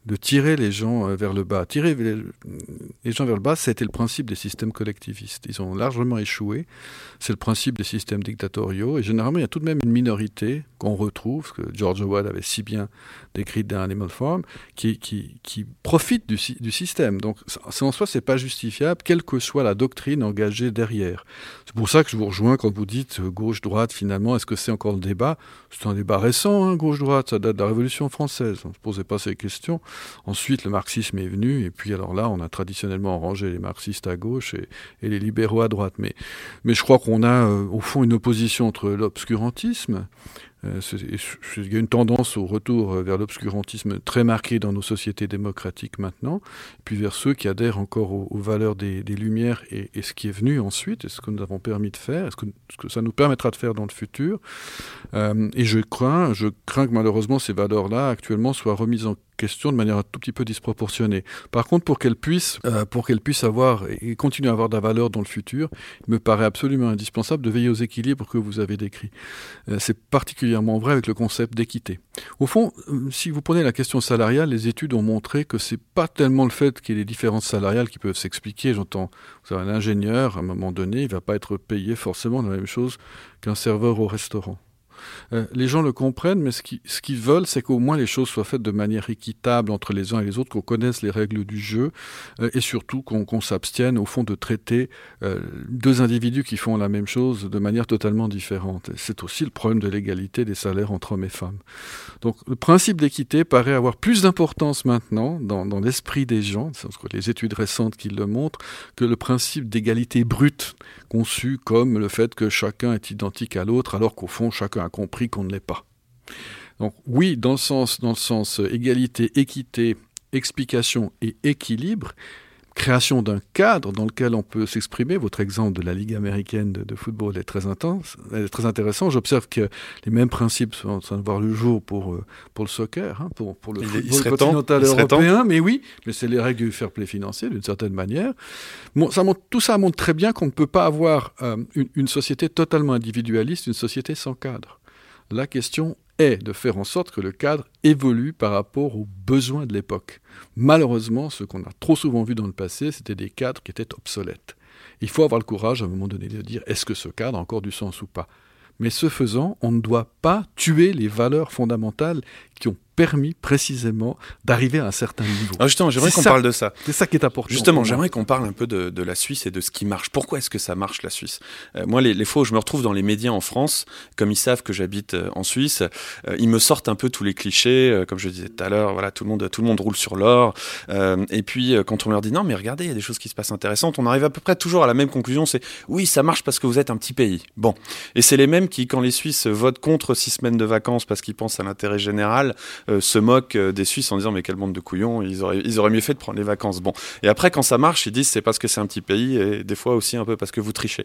de tirer les gens vers le bas. Tirer les gens vers le bas, c'était le principe des systèmes collectivistes. Ils ont largement échoué. C'est le principe des systèmes dictatoriaux. Et généralement, il y a tout de même une minorité qu'on retrouve, que George Orwell avait si bien décrite dans Animal Farm, qui, qui, qui profite du, du système. Donc, en soi, ce n'est pas justifiable, quelle que soit la doctrine engagée derrière. C'est pour ça que je vous rejoins quand vous dites gauche-droite, finalement, est-ce que c'est encore le débat ? C'est un débat récent, hein, gauche-droite, ça date de la Révolution française. On ne se posait pas ces questions. Ensuite, le marxisme est venu, et puis alors là, on a traditionnellement rangé les marxistes à gauche et, et les libéraux à droite. Mais, mais je crois qu'on a, euh, au fond, une opposition entre l'obscurantisme. Euh, il y a une tendance au retour vers l'obscurantisme très marquée dans nos sociétés démocratiques maintenant, et puis vers ceux qui adhèrent encore aux, aux valeurs des, des Lumières et, et ce qui est venu ensuite, et ce que nous avons permis de faire, et ce que, ce que ça nous permettra de faire dans le futur. Euh, et je crains, je crains que malheureusement ces valeurs-là actuellement soient remises en question de manière un tout petit peu disproportionnée. Par contre, pour qu'elles puissent, euh, pour qu'elles puissent avoir et continuer à avoir de la valeur dans le futur, il me paraît absolument indispensable de veiller aux équilibres que vous avez décrits. Euh, c'est particulièrement vrai avec le concept d'équité. Au fond, euh, si vous prenez la question salariale, les études ont montré que c'est pas tellement le fait qu'il y ait des différences salariales qui peuvent s'expliquer. J'entends, vous avez un ingénieur, à un moment donné, il va pas être payé forcément la même chose qu'un serveur au restaurant. Euh, les gens le comprennent, mais ce qu'ils, ce qu'ils veulent, c'est qu'au moins les choses soient faites de manière équitable entre les uns et les autres, qu'on connaisse les règles du jeu, euh, et surtout qu'on, qu'on s'abstienne, au fond, de traiter euh, deux individus qui font la même chose de manière totalement différente. Et c'est aussi le problème de l'égalité des salaires entre hommes et femmes. Donc le principe d'équité paraît avoir plus d'importance maintenant dans, dans l'esprit des gens, c'est les études récentes qui le montrent, que le principe d'égalité brute, conçu comme le fait que chacun est identique à l'autre, alors qu'au fond, chacun a compris qu'on ne l'est pas. Donc oui, dans le sens, dans le sens égalité, équité, explication et équilibre, création d'un cadre dans lequel on peut s'exprimer. Votre exemple de la Ligue américaine de, de football est très intense, est très intéressant. J'observe que les mêmes principes sont en train de voir le jour pour, pour le soccer, hein, pour, pour le il, football il continental européen. Mais oui, mais c'est les règles du fair play financier d'une certaine manière. Bon, ça montre, tout ça montre très bien qu'on ne peut pas avoir euh, une, une société totalement individualiste, une société sans cadre. La question est de faire en sorte que le cadre évolue par rapport aux besoins de l'époque. Malheureusement, ce qu'on a trop souvent vu dans le passé, c'était des cadres qui étaient obsolètes. Il faut avoir le courage, à un moment donné, de dire est-ce que ce cadre a encore du sens ou pas ? Mais ce faisant, on ne doit pas tuer les valeurs fondamentales qui ont permis précisément d'arriver à un certain niveau. Alors justement, j'aimerais c'est qu'on ça, parle de ça. C'est ça qui est important. Justement, j'aimerais qu'on parle un peu de, de la Suisse et de ce qui marche. Pourquoi est-ce que ça marche, la Suisse ? euh, Moi, les, les fois où je me retrouve dans les médias en France, comme ils savent que j'habite euh, en Suisse, euh, ils me sortent un peu tous les clichés. Euh, comme je disais tout à l'heure, voilà, tout le monde, tout le monde roule sur l'or. Euh, et puis, euh, quand on leur dit non, mais regardez, il y a des choses qui se passent intéressantes, on arrive à peu près toujours à la même conclusion. C'est oui, ça marche parce que vous êtes un petit pays. Bon, et c'est les mêmes qui, quand les Suisses votent contre six semaines de vacances parce qu'ils pensent à l'intérêt général, euh, se moquent des Suisses en disant mais quelle bande de couillons, ils auraient, ils auraient mieux fait de prendre les vacances. Bon. Et après quand ça marche, ils disent c'est parce que c'est un petit pays et des fois aussi un peu parce que vous trichez.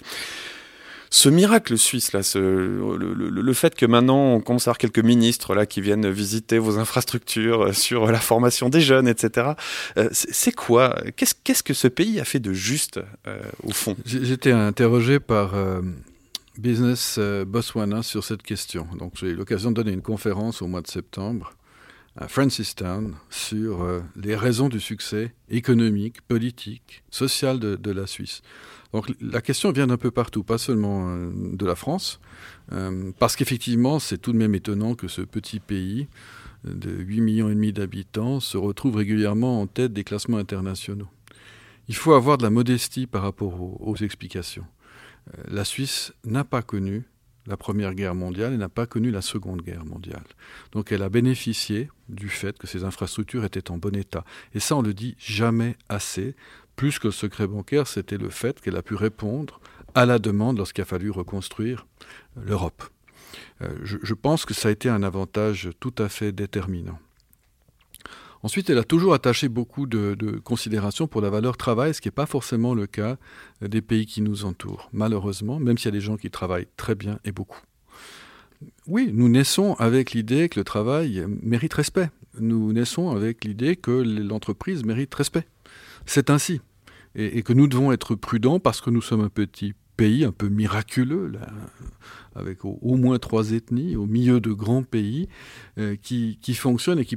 Ce miracle suisse, là, ce, le, le, le fait que maintenant on commence à avoir quelques ministres là, qui viennent visiter vos infrastructures sur la formation des jeunes, et cetera, euh, c'est, c'est quoi qu'est-ce, qu'est-ce que ce pays a fait de juste euh, au fond ? J'étais interrogé par... Euh... Business euh, Botswana sur cette question. Donc j'ai eu l'occasion de donner une conférence au mois de septembre à Francistown sur euh, les raisons du succès économique, politique, social de, de la Suisse. Donc la question vient d'un peu partout, pas seulement euh, de la France, euh, parce qu'effectivement c'est tout de même étonnant que ce petit pays de huit millions et demi d'habitants se retrouve régulièrement en tête des classements internationaux. Il faut avoir de la modestie par rapport aux, aux explications. La Suisse n'a pas connu la Première Guerre mondiale et n'a pas connu la Seconde Guerre mondiale. Donc elle a bénéficié du fait que ses infrastructures étaient en bon état. Et ça, on le dit jamais assez. Plus que le secret bancaire, c'était le fait qu'elle a pu répondre à la demande lorsqu'il a fallu reconstruire l'Europe. Euh, je, je pense que ça a été un avantage tout à fait déterminant. Ensuite, elle a toujours attaché beaucoup de, de considération pour la valeur travail, ce qui n'est pas forcément le cas des pays qui nous entourent, malheureusement, même s'il y a des gens qui travaillent très bien et beaucoup. Oui, nous naissons avec l'idée que le travail mérite respect. Nous naissons avec l'idée que l'entreprise mérite respect. C'est ainsi. Et, et que nous devons être prudents parce que nous sommes un petit pays un peu miraculeux, là, avec au, au moins trois ethnies, au milieu de grands pays, euh, qui, qui fonctionnent et qui, pour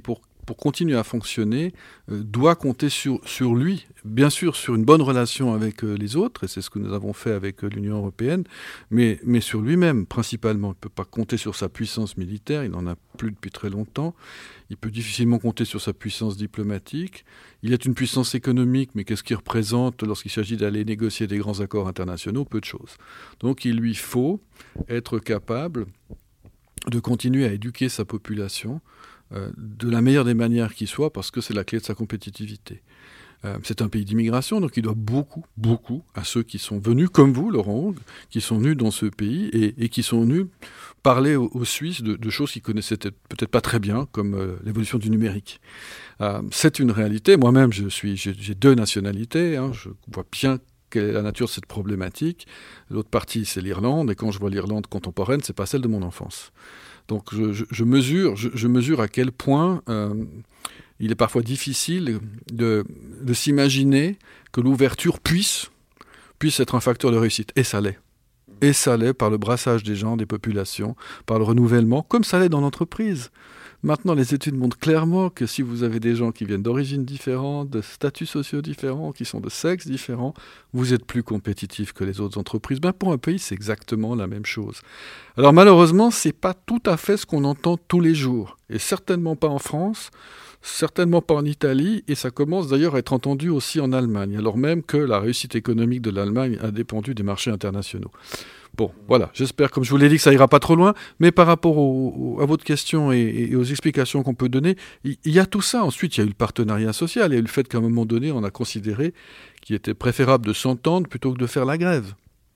pour continuer à fonctionner, euh, doit compter sur, sur lui, bien sûr sur une bonne relation avec euh, les autres, et c'est ce que nous avons fait avec euh, l'Union européenne, mais, mais sur lui-même principalement. Il ne peut pas compter sur sa puissance militaire, il n'en a plus depuis très longtemps. Il peut difficilement compter sur sa puissance diplomatique. Il est une puissance économique, mais qu'est-ce qu'il représente lorsqu'il s'agit d'aller négocier des grands accords internationaux? Peu de choses. Donc il lui faut être capable de continuer à éduquer sa population euh, de la meilleure des manières qui soit, parce que c'est la clé de sa compétitivité. Euh, c'est un pays d'immigration, donc il doit beaucoup, beaucoup à ceux qui sont venus, comme vous, Laurent Haugue, qui sont venus dans ce pays et, et qui sont venus parler aux, aux Suisses de, de choses qu'ils connaissaient peut-être pas très bien, comme euh, l'évolution du numérique. Euh, c'est une réalité. Moi-même, je suis, j'ai, j'ai deux nationalités. Hein, je vois bien quelle est la nature de cette problématique. L'autre partie, c'est l'Irlande, et quand je vois l'Irlande contemporaine, c'est pas celle de mon enfance. Donc je, je, je, mesure, je, je mesure à quel point euh, il est parfois difficile de, de s'imaginer que l'ouverture puisse, puisse être un facteur de réussite. Et ça l'est. Et ça l'est par le brassage des gens, des populations, par le renouvellement, comme ça l'est dans l'entreprise. Maintenant, les études montrent clairement que si vous avez des gens qui viennent d'origines différentes, de statuts sociaux différents, qui sont de sexes différents, vous êtes plus compétitifs que les autres entreprises. Ben, pour un pays, c'est exactement la même chose. Alors malheureusement, ce n'est pas tout à fait ce qu'on entend tous les jours. Et certainement pas en France, certainement pas en Italie, et ça commence d'ailleurs à être entendu aussi en Allemagne, alors même que la réussite économique de l'Allemagne a dépendu des marchés internationaux. Bon, voilà, j'espère, comme je vous l'ai dit, que ça ira pas trop loin, mais par rapport au, au, à votre question et, et aux explications qu'on peut donner, il, il y a tout ça. Ensuite, il y a eu le partenariat social, il y a eu le fait qu'à un moment donné, on a considéré qu'il était préférable de s'entendre plutôt que de faire la grève.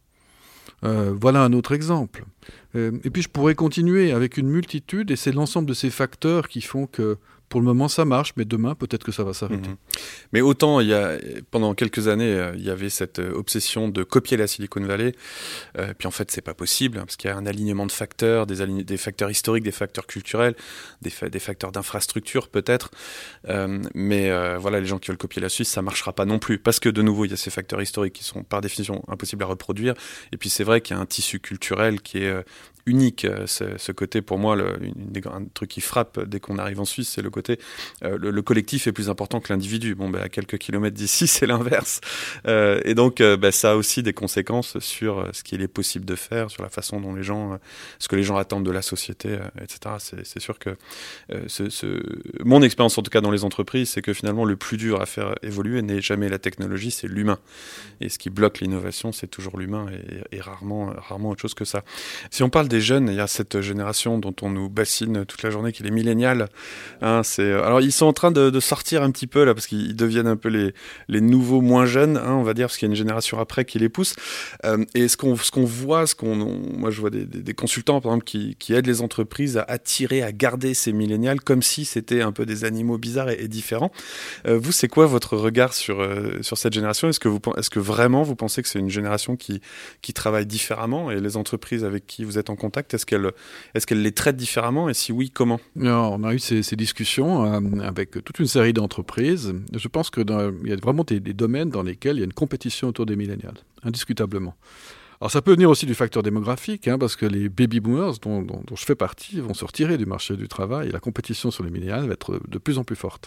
Euh, voilà un autre exemple. Euh, et puis je pourrais continuer avec une multitude, et c'est l'ensemble de ces facteurs qui font que pour le moment ça marche, mais demain peut-être que ça va s'arrêter. Mmh. Mais autant il y a, pendant quelques années, il y avait cette obsession de copier la Silicon Valley, euh, puis en fait c'est pas possible, parce qu'il y a un alignement de facteurs, des, align- des facteurs historiques, des facteurs culturels, des, fa- des facteurs d'infrastructure peut-être, euh, mais euh, voilà, les gens qui veulent copier la Suisse, ça marchera pas non plus, parce que de nouveau il y a ces facteurs historiques qui sont par définition impossibles à reproduire, et puis c'est vrai qu'il y a un tissu culturel qui est euh, unique. Ce, ce côté, pour moi, le, une des, un truc qui frappe dès qu'on arrive en Suisse, c'est le côté, euh, le, le collectif est plus important que l'individu. Bon, ben, à quelques kilomètres d'ici, c'est l'inverse. Euh, et donc, euh, ben, ça a aussi des conséquences sur ce qu'il est possible de faire, sur la façon dont les gens, euh, ce que les gens attendent de la société, euh, et cetera. C'est, c'est sûr que euh, ce, ce, mon expérience, en tout cas dans les entreprises, c'est que finalement, le plus dur à faire évoluer n'est jamais la technologie, c'est l'humain. Et ce qui bloque l'innovation, c'est toujours l'humain et, et rarement, rarement autre chose que ça. Si on parle des jeunes, il y a cette génération dont on nous bassine toute la journée, qui est les millénials. Hein, c'est... Alors, ils sont en train de, de sortir un petit peu, là, parce qu'ils deviennent un peu les, les nouveaux moins jeunes, hein, on va dire, parce qu'il y a une génération après qui les pousse. Euh, et ce qu'on, ce qu'on voit, ce qu'on, on, moi, je vois des, des, des consultants, par exemple, qui, qui aident les entreprises à attirer, à garder ces millénials, comme si c'était un peu des animaux bizarres et, et différents. Euh, vous, c'est quoi votre regard sur, euh, sur cette génération ? Est-ce que, vous, est-ce que vraiment vous pensez que c'est une génération qui, qui travaille différemment, et les entreprises avec qui vous êtes en contact, est-ce qu'elles, est-ce qu'elles les traitent différemment, et si oui, comment ? Alors, on a eu ces, ces discussions euh, avec toute une série d'entreprises. Je pense qu'il y a vraiment des, des domaines dans lesquels il y a une compétition autour des millénials, indiscutablement. Alors ça peut venir aussi du facteur démographique, hein, parce que les baby boomers, dont, dont, dont je fais partie, vont se retirer du marché du travail, et la compétition sur les millénials va être de plus en plus forte.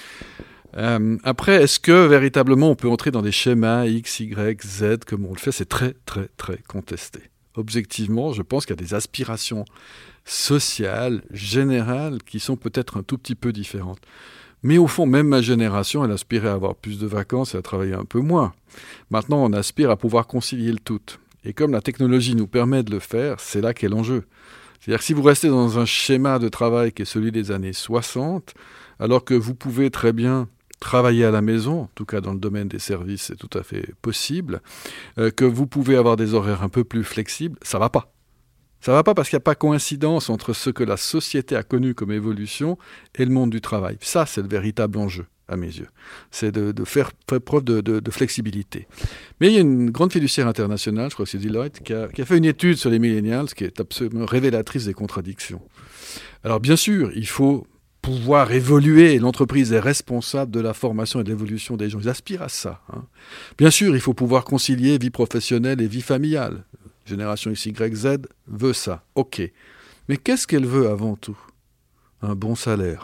Euh, après, est-ce que véritablement on peut entrer dans des schémas X, Y, Z, comme on le fait ? C'est très, très, très contesté. Objectivement, je pense qu'il y a des aspirations sociales, générales, qui sont peut-être un tout petit peu différentes. Mais au fond, même ma génération, elle aspirait à avoir plus de vacances et à travailler un peu moins. Maintenant, on aspire à pouvoir concilier le tout. Et comme la technologie nous permet de le faire, c'est là qu'est l'enjeu. C'est-à-dire que si vous restez dans un schéma de travail qui est celui des années soixante, alors que vous pouvez très bien travailler à la maison, en tout cas dans le domaine des services, c'est tout à fait possible, euh, que vous pouvez avoir des horaires un peu plus flexibles, ça ne va pas. Ça ne va pas parce qu'il n'y a pas coïncidence entre ce que la société a connu comme évolution et le monde du travail. Ça, c'est le véritable enjeu, à mes yeux. C'est de, de faire, faire preuve de, de, de flexibilité. Mais il y a une grande fiduciaire internationale, je crois que c'est Deloitte, qui a, qui a fait une étude sur les millennials qui est absolument révélatrice des contradictions. Alors bien sûr, il faut pouvoir évoluer, l'entreprise est responsable de la formation et de l'évolution des gens. Ils aspirent à ça. Hein. Bien sûr, il faut pouvoir concilier vie professionnelle et vie familiale. Génération X, Y, Z veut ça. OK. Mais qu'est-ce qu'elle veut avant tout ? Un bon salaire.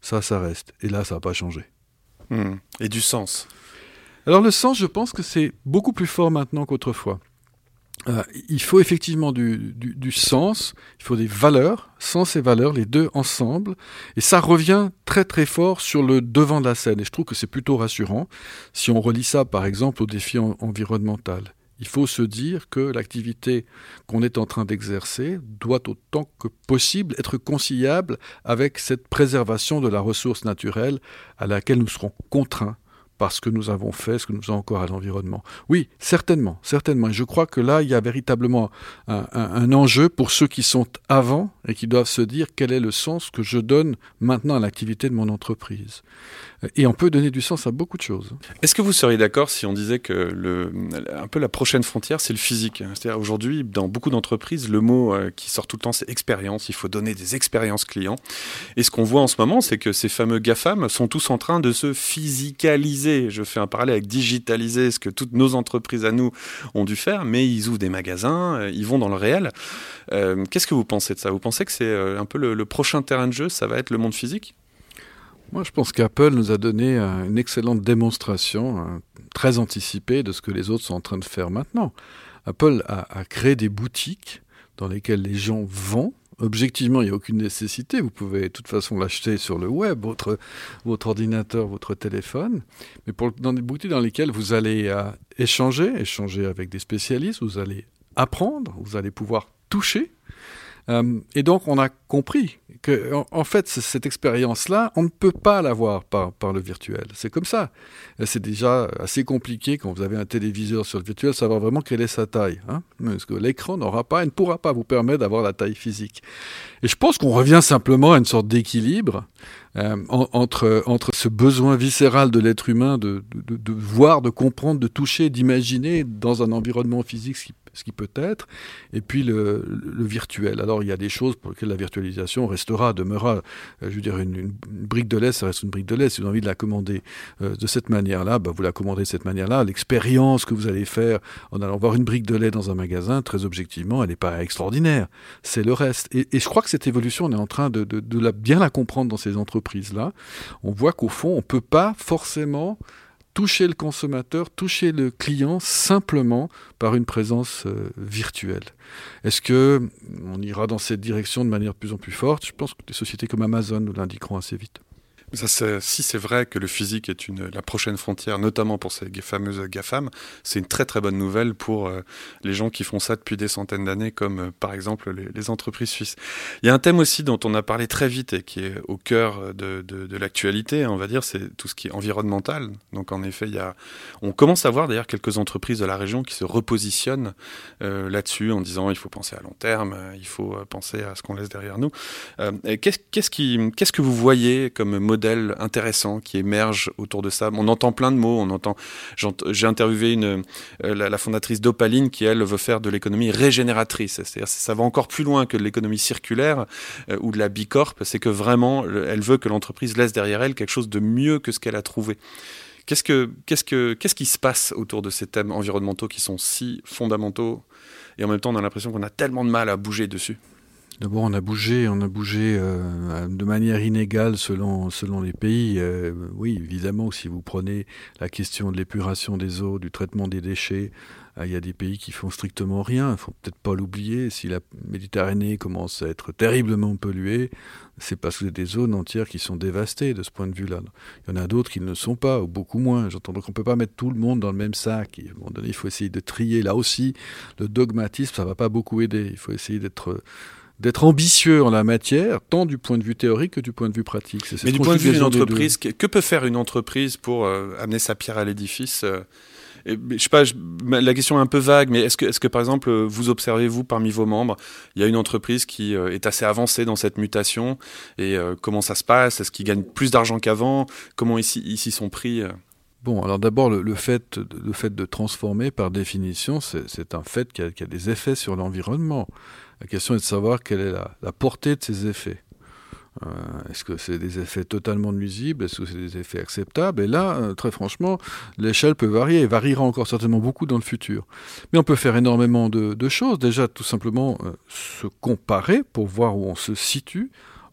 Ça, ça reste. Et là, ça va pas changer. Mmh. Et du sens. Alors le sens, je pense que c'est beaucoup plus fort maintenant qu'autrefois. Euh, il faut effectivement du, du, du sens, il faut des valeurs, sens et valeurs, les deux ensemble, et ça revient très très fort sur le devant de la scène, et je trouve que c'est plutôt rassurant si on relie ça par exemple au défi en, environnemental. Il faut se dire que l'activité qu'on est en train d'exercer doit autant que possible être conciliable avec cette préservation de la ressource naturelle à laquelle nous serons contraints parce que nous avons fait ce que nous faisons encore à l'environnement. Oui, certainement, certainement. Et je crois que là, il y a véritablement un, un, un enjeu pour ceux qui sont avant et qui doivent se dire quel est le sens que je donne maintenant à l'activité de mon entreprise. Et on peut donner du sens à beaucoup de choses. Est-ce que vous seriez d'accord si on disait que le, un peu la prochaine frontière, c'est le physique ? C'est-à-dire aujourd'hui, dans beaucoup d'entreprises, le mot qui sort tout le temps, c'est expérience. Il faut donner des expériences clients. Et ce qu'on voit en ce moment, c'est que ces fameux GAFAM sont tous en train de se physicaliser. Je fais un parallèle avec digitaliser, ce que toutes nos entreprises à nous ont dû faire, mais ils ouvrent des magasins, ils vont dans le réel. Euh, qu'est-ce que vous pensez de ça ? Vous pensez que c'est un peu le, le prochain terrain de jeu, ça va être le monde physique ? Moi, je pense qu'Apple nous a donné une excellente démonstration, hein, très anticipée de ce que les autres sont en train de faire maintenant. Apple a, a créé des boutiques dans lesquelles les gens vont. Objectivement, il n'y a aucune nécessité. Vous pouvez de toute façon l'acheter sur le web, votre, votre ordinateur, votre téléphone. Mais pour, dans des boutiques dans lesquelles vous allez euh, échanger, échanger avec des spécialistes, vous allez apprendre, vous allez pouvoir toucher. Euh, et donc, on a compris que, en, en fait, c- cette expérience-là, on ne peut pas l'avoir par, par le virtuel. C'est comme ça. Et c'est déjà assez compliqué quand vous avez un téléviseur sur le virtuel, savoir vraiment quelle est sa taille. Hein, parce que l'écran n'aura pas et ne pourra pas vous permettre d'avoir la taille physique. Et je pense qu'on revient simplement à une sorte d'équilibre euh, en, entre, entre ce besoin viscéral de l'être humain de, de, de, de voir, de comprendre, de toucher, d'imaginer dans un environnement physique ce qui ce qui peut être, et puis le, le virtuel. Alors, il y a des choses pour lesquelles la virtualisation restera, demeurera, euh, je veux dire, une, une brique de lait, ça reste une brique de lait. Si vous avez envie de la commander euh, de cette manière-là, bah, vous la commandez de cette manière-là. L'expérience que vous allez faire en allant voir une brique de lait dans un magasin, très objectivement, elle n'est pas extraordinaire. C'est le reste. Et, et je crois que cette évolution, on est en train de, de, de la, bien la comprendre dans ces entreprises-là. On voit qu'au fond, on ne peut pas forcément toucher le consommateur, toucher le client simplement par une présence euh, virtuelle. Est-ce qu'on ira dans cette direction de manière de plus en plus forte ? Je pense que des sociétés comme Amazon nous l'indiqueront assez vite. Ça, c'est, si c'est vrai que le physique est une, la prochaine frontière, notamment pour ces fameuses GAFAM, c'est une très très bonne nouvelle pour euh, les gens qui font ça depuis des centaines d'années, comme euh, par exemple les, les entreprises suisses. Il y a un thème aussi dont on a parlé très vite et qui est au cœur de, de, de l'actualité, on va dire, c'est tout ce qui est environnemental. Donc en effet, il y a, on commence à voir d'ailleurs quelques entreprises de la région qui se repositionnent euh, là-dessus en disant il faut penser à long terme, il faut penser à ce qu'on laisse derrière nous. Euh, et qu'est-ce, qu'est-ce, qui, qu'est-ce que vous voyez comme modèle intéressant qui émerge autour de ça? On entend plein de mots, on entend. J'ai interviewé une, euh, la, la fondatrice d'Opaline qui, elle, veut faire de l'économie régénératrice. C'est-à-dire ça va encore plus loin que de l'économie circulaire euh, ou de la Bicorp. C'est que vraiment, elle veut que l'entreprise laisse derrière elle quelque chose de mieux que ce qu'elle a trouvé. Qu'est-ce, que, qu'est-ce, que, qu'est-ce qui se passe autour de ces thèmes environnementaux qui sont si fondamentaux et en même temps, on a l'impression qu'on a tellement de mal à bouger dessus? D'abord, on a bougé, on a bougé euh, de manière inégale selon, selon les pays. Euh, oui, évidemment, si vous prenez la question de l'épuration des eaux, du traitement des déchets, il y a des pays qui font strictement rien. Il ne faut peut-être pas l'oublier. Si la Méditerranée commence à être terriblement polluée, c'est parce que c'est des zones entières qui sont dévastées de ce point de vue-là. Il y en a d'autres qui ne le sont pas, ou beaucoup moins. J'entends donc qu'on ne peut pas mettre tout le monde dans le même sac. Et à un moment donné, il faut essayer de trier. Là aussi, le dogmatisme, ça ne va pas beaucoup aider. Il faut essayer d'être... d'être ambitieux en la matière, tant du point de vue théorique que du point de vue pratique. C'est Mais du point de vue d'une entreprise, que, que peut faire une entreprise pour euh, amener sa pierre à l'édifice euh, et, je sais pas, je, la question est un peu vague, mais est-ce que, est-ce que par exemple, vous observez, vous, parmi vos membres, il y a une entreprise qui euh, est assez avancée dans cette mutation, et euh, comment ça se passe? Est-ce qu'ils gagnent plus d'argent qu'avant? Comment ils, ils s'y sont pris euh Bon, alors d'abord, le, le, fait, le fait de transformer, par définition, c'est, c'est un fait qui a, qui a des effets sur l'environnement. La question est de savoir quelle est la, la portée de ces effets. Euh, est-ce que c'est des effets totalement nuisibles? Est-ce que c'est des effets acceptables? Et là, euh, très franchement, l'échelle peut varier, et variera encore certainement beaucoup dans le futur. Mais on peut faire énormément de, de choses. Déjà, tout simplement, euh, se comparer pour voir où on se situe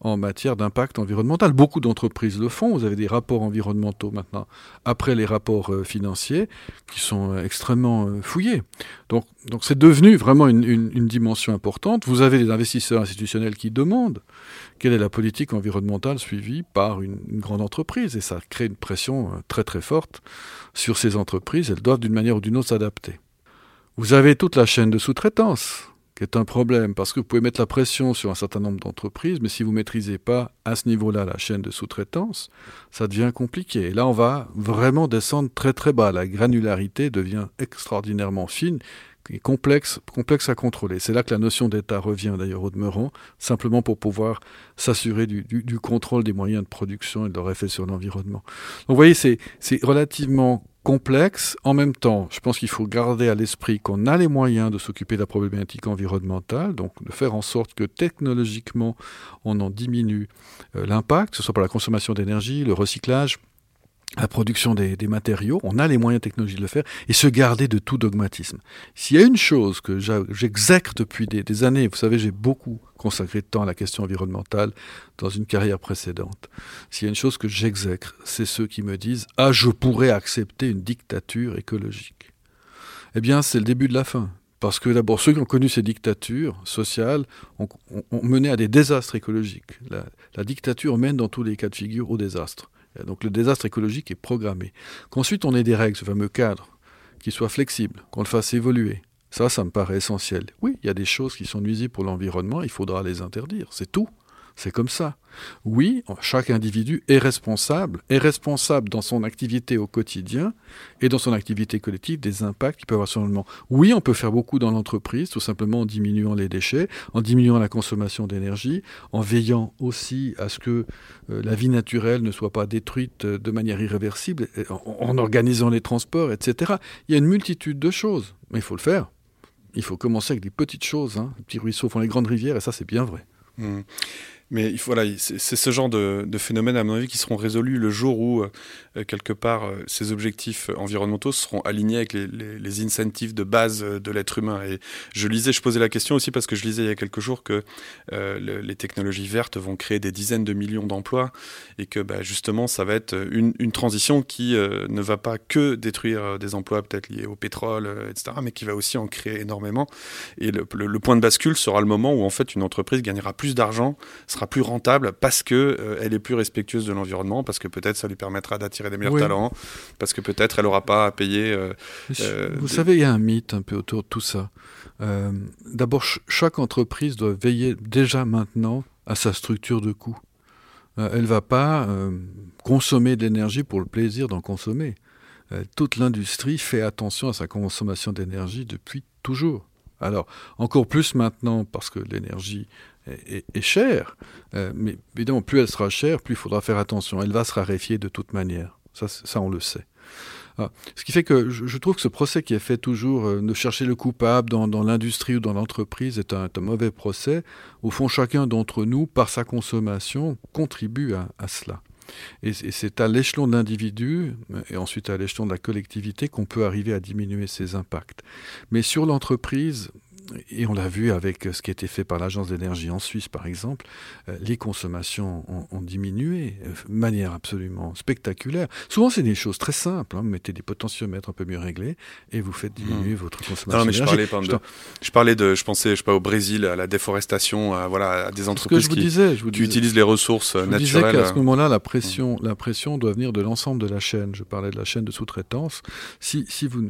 en matière d'impact environnemental. Beaucoup d'entreprises le font. Vous avez des rapports environnementaux maintenant, après les rapports euh, financiers, qui sont euh, extrêmement euh, fouillés. Donc, donc c'est devenu vraiment une, une, une dimension importante. Vous avez des investisseurs institutionnels qui demandent quelle est la politique environnementale suivie par une, une grande entreprise. Et ça crée une pression euh, très très forte sur ces entreprises. Elles doivent d'une manière ou d'une autre s'adapter. Vous avez toute la chaîne de sous-traitance, qui est un problème, parce que vous pouvez mettre la pression sur un certain nombre d'entreprises, mais si vous ne maîtrisez pas à ce niveau-là la chaîne de sous-traitance, ça devient compliqué. Et là, on va vraiment descendre très très bas. La granularité devient extraordinairement fine et complexe, complexe à contrôler. C'est là que la notion d'État revient d'ailleurs au demeurant, simplement pour pouvoir s'assurer du, du, du contrôle des moyens de production et de leur effet sur l'environnement. Donc vous voyez, c'est, c'est relativement complexe. En même temps, je pense qu'il faut garder à l'esprit qu'on a les moyens de s'occuper de la problématique environnementale, donc de faire en sorte que technologiquement, on en diminue euh, l'impact, que ce soit par la consommation d'énergie, le recyclage, la production des, des matériaux. On a les moyens technologiques de le faire et se garder de tout dogmatisme. S'il y a une chose que j'exècre depuis des, des années, vous savez, j'ai beaucoup consacré de temps à la question environnementale dans une carrière précédente. S'il y a une chose que j'exècre, c'est ceux qui me disent « Ah, je pourrais accepter une dictature écologique ». Eh bien, c'est le début de la fin. Parce que d'abord, ceux qui ont connu ces dictatures sociales ont, ont, ont mené à des désastres écologiques. La, la dictature mène dans tous les cas de figure au désastre. Donc le désastre écologique est programmé. Qu'ensuite on ait des règles, ce fameux cadre, qui soit flexible, qu'on le fasse évoluer. Ça, ça me paraît essentiel. Oui, il y a des choses qui sont nuisibles pour l'environnement, il faudra les interdire, c'est tout. C'est comme ça. Oui, chaque individu est responsable, est responsable dans son activité au quotidien et dans son activité collective des impacts qu'il peut avoir sur l'environnement. Oui, on peut faire beaucoup dans l'entreprise, tout simplement en diminuant les déchets, en diminuant la consommation d'énergie, en veillant aussi à ce que euh, la vie naturelle ne soit pas détruite de manière irréversible, en, en organisant les transports, et cetera. Il y a une multitude de choses, mais il faut le faire. Il faut commencer avec des petites choses. Hein. Les petits ruisseaux font les grandes rivières, et ça, c'est bien vrai. Mmh. Mais il faut, voilà, c'est, c'est ce genre de, de phénomènes, à mon avis, qui seront résolus le jour où, euh, quelque part, euh, ces objectifs environnementaux seront alignés avec les, les, les incentives de base de l'être humain. Et je lisais, je posais la question aussi parce que je lisais il y a quelques jours que euh, le, les technologies vertes vont créer des dizaines de millions d'emplois et que, bah, justement, ça va être une, une transition qui euh, ne va pas que détruire des emplois peut-être liés au pétrole, euh, et cetera, mais qui va aussi en créer énormément. Et le, le, le point de bascule sera le moment où, en fait, une entreprise gagnera plus d'argent, sera plus rentable parce que euh, elle est plus respectueuse de l'environnement, parce que peut-être ça lui permettra d'attirer des meilleurs oui. talents, parce que peut-être elle n'aura pas à payer. Euh, euh, Vous des... savez, il y a un mythe un peu autour de tout ça. Euh, d'abord, ch- chaque entreprise doit veiller déjà maintenant à sa structure de coût. Euh, elle ne va pas euh, consommer de l'énergie pour le plaisir d'en consommer. Euh, toute l'industrie fait attention à sa consommation d'énergie depuis toujours. Alors, encore plus maintenant, parce que l'énergie est, est, est chère, euh, mais évidemment, plus elle sera chère, plus il faudra faire attention. Elle va se raréfier de toute manière. Ça, ça on le sait. Ah, ce qui fait que je, je trouve que ce procès qui est fait toujours euh, de chercher le coupable dans, dans l'industrie ou dans l'entreprise est un, un mauvais procès. Au fond, chacun d'entre nous, par sa consommation, contribue à, à cela. Et, et c'est à l'échelon de l'individu et ensuite à l'échelon de la collectivité qu'on peut arriver à diminuer ces impacts. Mais sur l'entreprise, et on l'a vu avec ce qui a été fait par l'Agence d'énergie en Suisse, par exemple, euh, les consommations ont, ont diminué euh, de manière absolument spectaculaire. Souvent, c'est des choses très simples. Hein. Vous mettez des potentiomètres un peu mieux réglés et vous faites diminuer mmh. votre consommation non, mais d'énergie. Je parlais, de, je parlais de, je pensais, je sais pas, au Brésil, à la déforestation, à, voilà, à des entreprises qui, disais, je vous qui disais. utilisent les ressources je vous naturelles. Je disais qu'à ce moment-là, la pression, mmh. la pression doit venir de l'ensemble de la chaîne. Je parlais de la chaîne de sous-traitance. Si, si vous...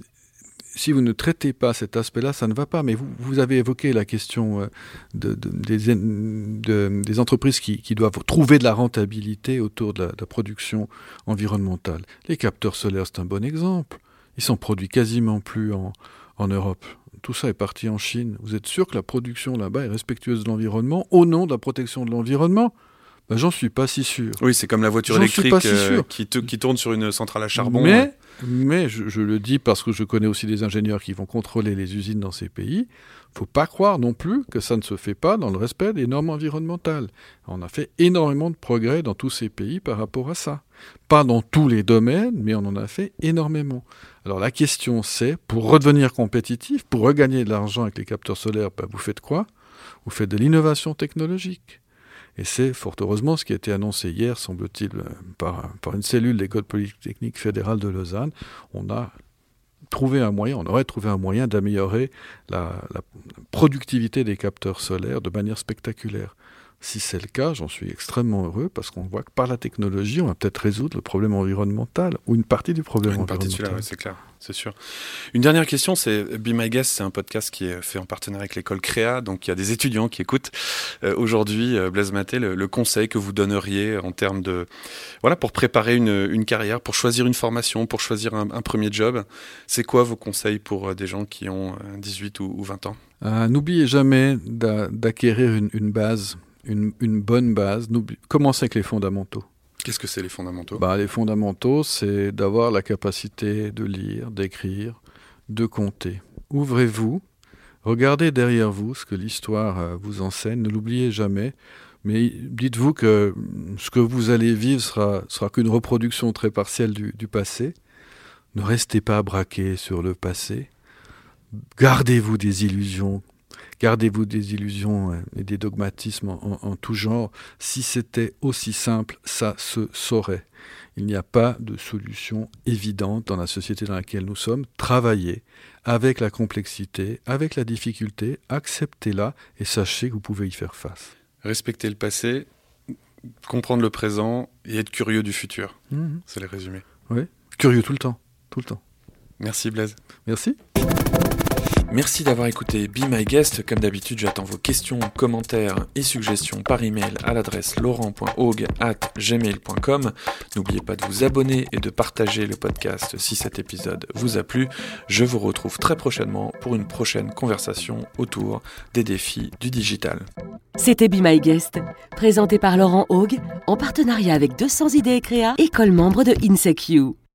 Si vous ne traitez pas cet aspect-là, ça ne va pas. Mais vous, vous avez évoqué la question de, de, des, de, des entreprises qui, qui doivent trouver de la rentabilité autour de la, de la production environnementale. Les capteurs solaires, c'est un bon exemple. Ils sont produits quasiment plus en, en Europe. Tout ça est parti en Chine. Vous êtes sûr que la production là-bas est respectueuse de l'environnement au nom de la protection de l'environnement ? Ben, j'en suis pas si sûr. Oui, c'est comme la voiture j'en électrique si euh, qui, te, qui tourne sur une centrale à charbon. Mais, ouais. mais je, je le dis parce que je connais aussi des ingénieurs qui vont contrôler les usines dans ces pays. Il ne faut pas croire non plus que ça ne se fait pas dans le respect des normes environnementales. On a fait énormément de progrès dans tous ces pays par rapport à ça. Pas dans tous les domaines, mais on en a fait énormément. Alors la question c'est, pour redevenir compétitif, pour regagner de l'argent avec les capteurs solaires, ben, vous faites quoi ? Vous faites de l'innovation technologique. Et c'est fort heureusement ce qui a été annoncé hier, semble-t-il, par, par une cellule de l'École polytechnique fédérale de Lausanne. On a trouvé un moyen, on aurait trouvé un moyen d'améliorer la, la productivité des capteurs solaires de manière spectaculaire. Si c'est le cas, j'en suis extrêmement heureux parce qu'on voit que par la technologie, on va peut-être résoudre le problème environnemental ou une partie du problème une environnemental. Une partie de celui-là, oui, c'est clair, c'est sûr. Une dernière question, c'est Be My Guest, c'est un podcast qui est fait en partenariat avec l'école Créa, donc il y a des étudiants qui écoutent. Euh, aujourd'hui, euh, Blaise Maté, le, le conseil que vous donneriez en termes de, voilà, pour préparer une, une carrière, pour choisir une formation, pour choisir un, un premier job, c'est quoi vos conseils pour euh, des gens qui ont euh, dix-huit ou, ou vingt ans? euh, N'oubliez jamais d'a, d'acquérir une, une base. Une, une bonne base. Commencez avec les fondamentaux. Qu'est-ce que c'est les fondamentaux ? bah, Les fondamentaux, c'est d'avoir la capacité de lire, d'écrire, de compter. Ouvrez-vous, regardez derrière vous ce que l'histoire vous enseigne, ne l'oubliez jamais, mais dites-vous que ce que vous allez vivre sera, sera qu'une reproduction très partielle du, du passé. Ne restez pas braqué sur le passé. Gardez-vous des illusions. Gardez-vous des illusions et des dogmatismes en, en, en tout genre. Si c'était aussi simple, ça se saurait. Il n'y a pas de solution évidente dans la société dans laquelle nous sommes. Travaillez avec la complexité, avec la difficulté, acceptez-la et sachez que vous pouvez y faire face. Respecter le passé, comprendre le présent et être curieux du futur. Mmh. C'est les résumés. Oui, curieux tout le temps, tout le temps. Merci Blaise. Merci. Merci d'avoir écouté Be My Guest. Comme d'habitude, j'attends vos questions, commentaires et suggestions par email à l'adresse laurent point haug arobase gmail point com. N'oubliez pas de vous abonner et de partager le podcast si cet épisode vous a plu. Je vous retrouve très prochainement pour une prochaine conversation autour des défis du digital. C'était Be My Guest, présenté par Laurent Haug en partenariat avec deux cents idées et créa, école membre de INSEQ.